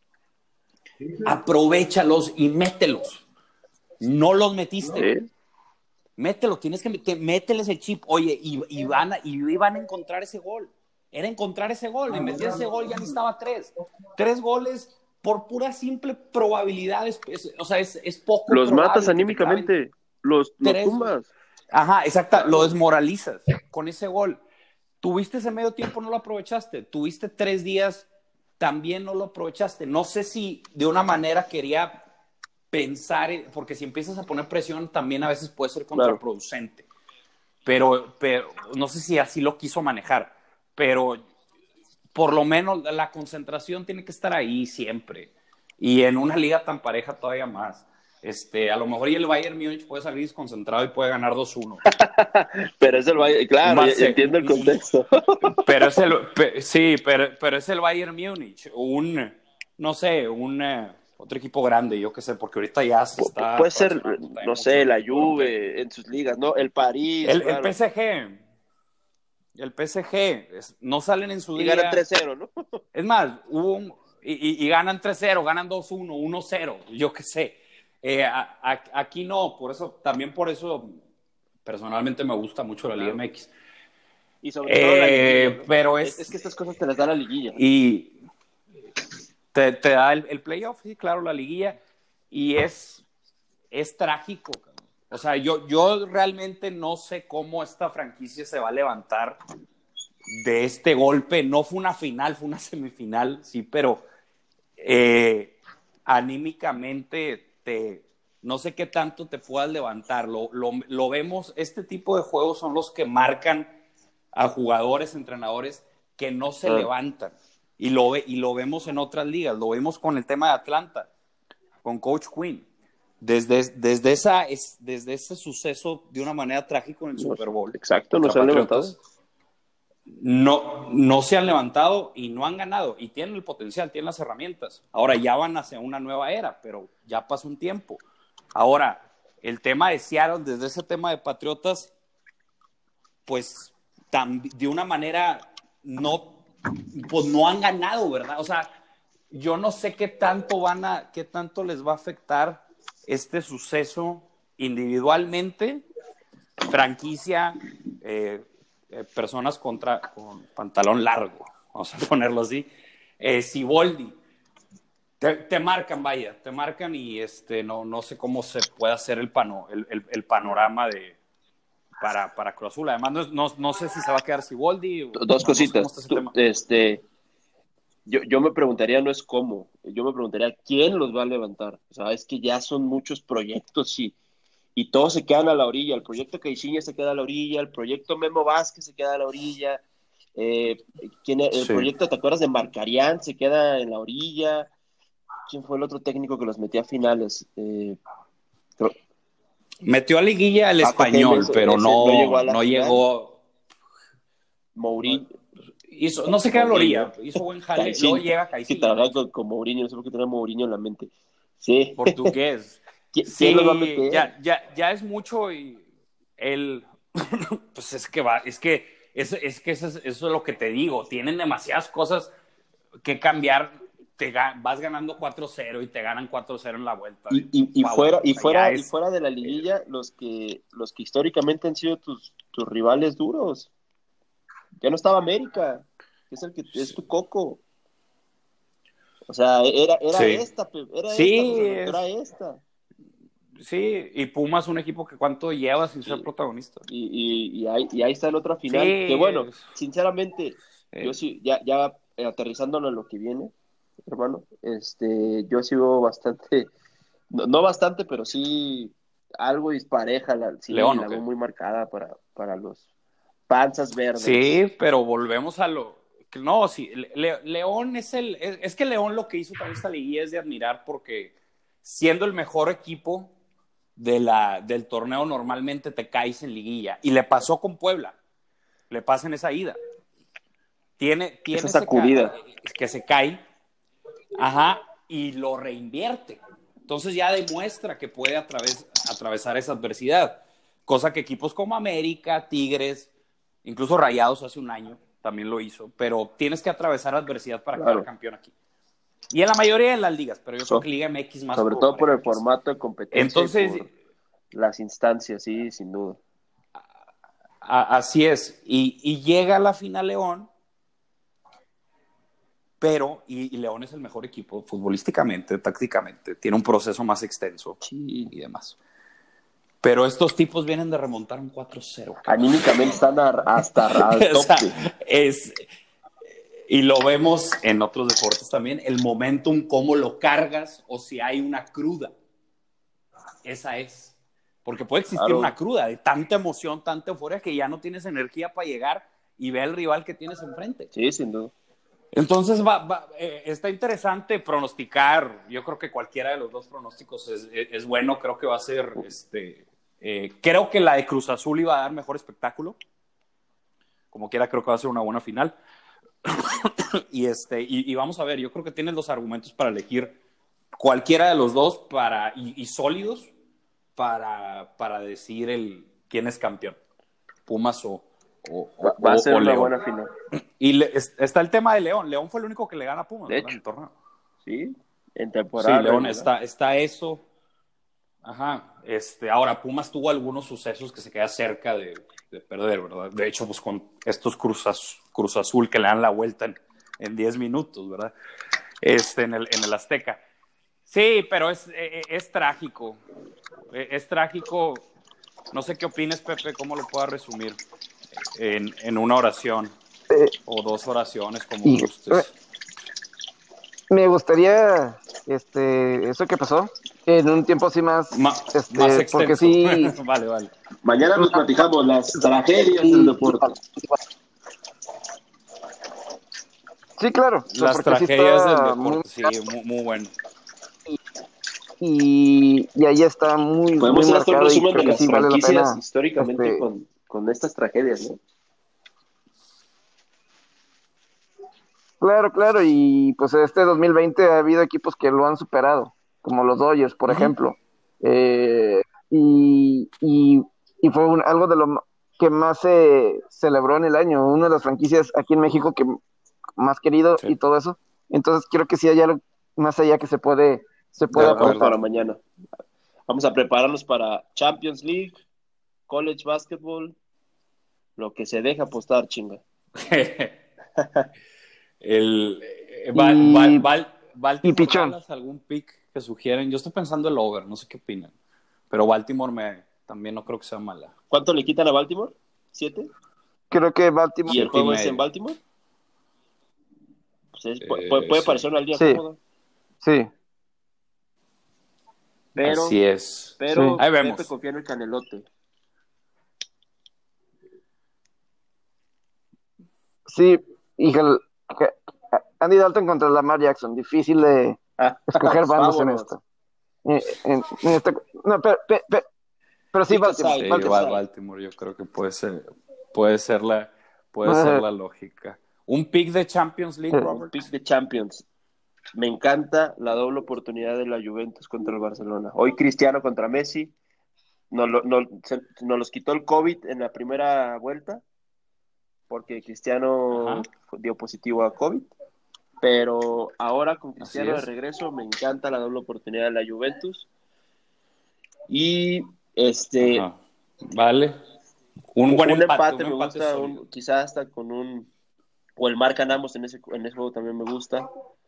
aprovéchalos y mételos. No los metiste. ¿Sí? Mételo, tienes que meter, mételes el chip. Oye, y, y, van a, y van a encontrar ese gol. Era encontrar ese gol. Y metías ese gol, ya necesitaba tres. Tres goles por pura simple probabilidad, es, es, o sea, es, es poco los matas anímicamente, los, los tumbas. Ajá, exacto, lo desmoralizas con ese gol. Tuviste ese medio tiempo, no lo aprovechaste. Tuviste tres días también no lo aprovechaste. No sé si de una manera quería pensar, porque si empiezas a poner presión también a veces puede ser contraproducente. Claro. Pero, pero no sé si así lo quiso manejar, pero por lo menos la concentración tiene que estar ahí siempre. Y en una liga tan pareja todavía más. Este, a lo mejor y el Bayern Múnich puede salir desconcentrado y puede ganar dos uno. Pero es el Bayern, claro, más, entiendo el contexto. Pero es el, pe, sí, pero, pero es el Bayern Múnich, un, no sé, un uh, otro equipo grande, yo qué sé, porque ahorita ya se está... Puede ser, no sé, la Juve en sus ligas, ¿no? El París, El, claro. el P S G, el P S G, es, no salen en su y día... Y ganan tres cero, ¿no? Es más, hubo un, y, y, y ganan tres cero, ganan dos uno, uno cero, yo qué sé. Eh, a, a, aquí no, por eso, también por eso, personalmente me gusta mucho la Liga claro. M X. Y sobre todo eh, la liguilla, ¿no? Pero es, es, es que estas cosas te las da la liguilla. Y te, te da el, el playoff, sí, claro, la liguilla. Y es, es trágico. O sea, yo, yo realmente no sé cómo esta franquicia se va a levantar de este golpe. No fue una final, fue una semifinal, sí, pero eh, anímicamente te, no sé qué tanto te puedas levantar. Lo, lo, lo vemos, este tipo de juegos son los que marcan a jugadores, entrenadores que no se ah. levantan. Y lo, ve, y lo vemos en otras ligas. Lo vemos con el tema de Atlanta, con Coach Quinn. Desde, desde, esa, es, desde ese suceso de una manera trágica en el Super Bowl. Exacto, no se han levantado. No, no se han levantado y no han ganado. Y tienen el potencial, tienen las herramientas. Ahora ya van hacia una nueva era, pero ya pasó un tiempo. Ahora, el tema de Seattle, desde ese tema de Patriotas, pues de una manera no, pues no han ganado, ¿verdad? O sea, yo no sé qué tanto van a, qué tanto les va a afectar este suceso individualmente, franquicia, eh, eh, personas contra, con pantalón largo, vamos a ponerlo así, eh, Siboldi, te, te marcan, vaya, te marcan y este, no, no sé cómo se puede hacer el, pano, el, el, el panorama de Para, para Cruz Azul. Además, no, no, no sé si se va a quedar Siboldi. Dos no, cositas. No sé Tú, este, yo, yo me preguntaría, no es cómo, yo me preguntaría quién los va a levantar. O sea, es que ya son muchos proyectos y, y todos se quedan a la orilla. El proyecto Caixinha se queda a la orilla, el proyecto Memo Vázquez se queda a la orilla, eh, ¿quién, el sí. proyecto, ¿te acuerdas de Marcarián? Se queda en la orilla. ¿Quién fue el otro técnico que los metía a finales? Eh, creo, Metió a liguilla al Paco Español, ese, pero ese, no, no llegó. A la no llegó... Mourinho. Hizo, no se queda a la orilla, hizo buen jale, Caixin, luego llega Caixinha. Sí, trabaja con, con Mourinho, no sé por qué tenía Mourinho en la mente. Sí. Portugués. ¿Quién, sí, ¿quién lo va a meter? Ya, ya, ya es mucho y él... pues es que va, es que, es, es que eso, es, eso es lo que te digo, tienen demasiadas cosas que cambiar. Te vas ganando cuatro cero y te ganan cuatro cero en la vuelta. Y, y, y, fuera, y, fuera, es, y fuera de la liguilla, eh, los que los que históricamente han sido tus, tus rivales duros. Ya no estaba América, que es el que es tu coco. O sea, era, era sí. esta, era sí, esta, es, era esta. Sí, y Pumas un equipo que cuánto lleva sin sí. ser protagonista. Y, y, y, ahí, y ahí está el otra final. Sí. Que bueno, sinceramente, sí. yo sí, ya, ya aterrizándolo en lo que viene, hermano, este, yo sigo bastante, no, no bastante, pero sí algo dispareja, la, sí, León, la okay. veo muy marcada para, para los panzas verdes. Sí, pero volvemos a lo, no, sí, Le, León es el, es, es que León lo que hizo también esta liguilla es de admirar porque siendo el mejor equipo de la, del torneo normalmente te caes en liguilla, y le pasó con Puebla, le pasa en esa ida, tiene, tiene esa sacudida ese, que se cae. Ajá, y lo reinvierte. Entonces ya demuestra que puede atraves, atravesar esa adversidad. Cosa que equipos como América, Tigres, incluso Rayados hace un año también lo hizo. Pero tienes que atravesar adversidad para claro. quedar campeón aquí. Y en la mayoría de las ligas, pero yo so, creo que Liga M X más. Sobre todo por el formato de competencia. Entonces, y por las instancias, sí, sin duda. A, así es. Y, y llega a la final León. Pero, y, y León es el mejor equipo futbolísticamente, tácticamente, tiene un proceso más extenso sí. y demás. Pero estos tipos vienen de remontar un cuatro cero. Anímicamente están a, hasta al tope. O sea, es, Y lo vemos en otros deportes también, el momentum, cómo lo cargas o si hay una cruda. Esa es. Porque puede existir Claro. una cruda de tanta emoción, tanta euforia que ya no tienes energía para llegar y ver al rival que tienes enfrente. Sí, sin duda. Entonces va, va, eh, está interesante pronosticar. Yo creo que cualquiera de los dos pronósticos es, es, es bueno. Creo que va a ser, este, eh, creo que la de Cruz Azul iba a dar mejor espectáculo. Como quiera, creo que va a ser una buena final. y, este, y, y vamos a ver, yo creo que tienes los argumentos para elegir cualquiera de los dos para, y, y sólidos para, para decir el, quién es campeón. Pumas o, o, Va, va o, a ser o una León. buena final. Y le, es, está el tema de León. León fue el único que le gana a Pumas, De ¿verdad? hecho. En el torneo. Sí, en temporada. Sí, León regular. está, está eso. Ajá. Este, ahora, Pumas tuvo algunos sucesos que se queda cerca de, de perder, ¿verdad? De hecho, pues con estos Cruz, Az- Cruz Azul que le dan la vuelta en, en diez minutos, ¿verdad? Este, en el, en el Azteca. Sí, pero es, es, es trágico. Es, es trágico. No sé qué opines, Pepe, cómo lo pueda resumir en, en una oración Eh, o dos oraciones, como y, gustes. Me gustaría, este, eso que pasó, en un tiempo así más, Ma- este, más porque extenso. sí, Vale, vale. Mañana nos platicamos las tragedias sí, del deporte. sí, claro, o sea, Las porque sí tragedias del está muy, deporte, sí, muy, muy bueno. y, y ahí está muy, muy Podemos hacer hasta un marcado y resumen creo de que las sí vale la franquicias pena, históricamente este, con, con estas tragedias, ¿no? claro, claro, y pues este dos mil veinte ha habido equipos que lo han superado, como los Dodgers, por Ujú. ejemplo, eh, y, y, y fue un- algo de lo ma- que más se celebró en el año, una de las franquicias aquí en México que más querido Sí, y todo eso, entonces creo que sí hay algo más allá que se puede, se de puede Trabajamos acuerdo. aportar. para mañana. Vamos a prepararnos para Champions League, College Basketball, lo que se deja apostar, chinga. el, eh, Val- Val- Y, Val- y Baltimore Pichón, Dallas, algún pick que sugieren. Yo estoy pensando el over, no sé qué opinan. Pero Baltimore me, también no creo que sea mala. ¿Cuánto le quitan a Baltimore? ¿Siete? creo que Baltimore, ¿Y el Siete y juego es en medio. Baltimore? Pues es- pu- puede, Eh, puede sí, parecer una línea sí, cómoda, sí, pero, así es. sí, pero Ahí Pepe vemos. confía en el canelote. sí, híjole, que- Andy Dalton contra Lamar Jackson, difícil de Ah, escoger bandos en vámonos. esto. Eh, En, en este- no, pero, pe- pe- pero sí Pick a Baltimore, side, Sí, pick a Baltimore. Val- side. Baltimore, yo creo que puede ser, puede ser la, puede ser Eh, la lógica. Un pick de Champions League, eh, Un Robert. pick de Champions. Me encanta la doble oportunidad de la Juventus contra el Barcelona. Hoy Cristiano contra Messi. Nos, lo- nos- se- nos los quitó el COVID en la primera vuelta porque Cristiano Ajá, dio positivo a COVID. Pero ahora con así Cristiano de es. regreso me encanta la doble oportunidad de la Juventus. Y este Ajá. Vale. Un buen un empate, empate un me empate gusta, sólido. un, quizás hasta con un o el marcan ambos en ese en ese juego también me gusta.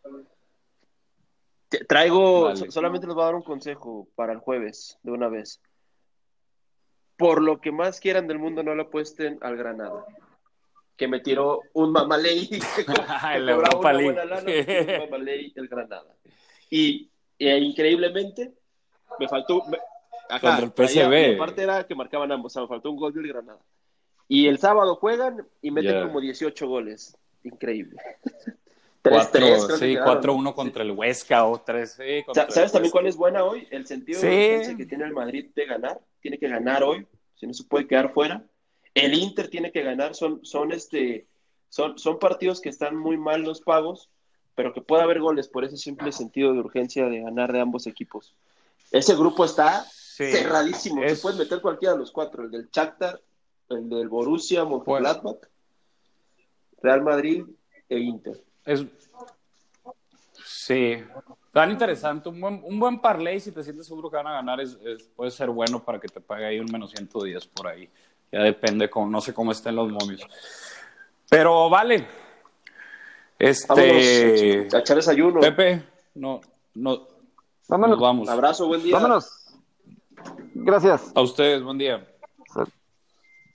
Te- Traigo, so- Vale. solamente les voy a dar un consejo para el jueves, de una vez. Por lo que más quieran del mundo, no le apuesten al Granada. Que me tiró un mamaley, que, co- que La cobraba Europa una buena League. lana, me tiró un mamaley el Granada. Y, e increíblemente, me faltó, me- Contra ajá, el traía, y P S V. aparte era que marcaban ambos, o sea, me faltó un gol del Granada. Y el sábado juegan y meten Ya. como dieciocho goles. Increíble. tres tres Cuatro, creo que sí, quedaron, cuatro ¿no? uno Sí. contra el Huesca o tres, sí, Sa- contra el ¿Sabes también Huesca. cuál es buena hoy? El sentido de urgencia Sí. que tiene el Madrid de ganar. Tiene que ganar hoy, si no se puede quedar fuera. El Inter tiene que ganar. Son, son, este, son, son partidos que están muy mal los pagos, pero que puede haber goles por ese simple sentido de urgencia de ganar de ambos equipos. Ese grupo está Sí. cerradísimo. Se Es, pueden meter cualquiera de los cuatro. El del Shakhtar, el del Borussia pues, Mönchengladbach, Real Madrid e Inter. es, sí. Tan interesante. Un buen, un buen parlay, si te sientes seguro que van a ganar, es, es- puede ser bueno para que te pague ahí un menos ciento diez por ahí. Ya depende, con, no sé cómo estén los momios. Pero vale. Vámonos Este. a echar desayuno. Pepe, no, no, vámonos, nos vamos. Abrazo, buen día. vámonos. Gracias. A ustedes, buen día.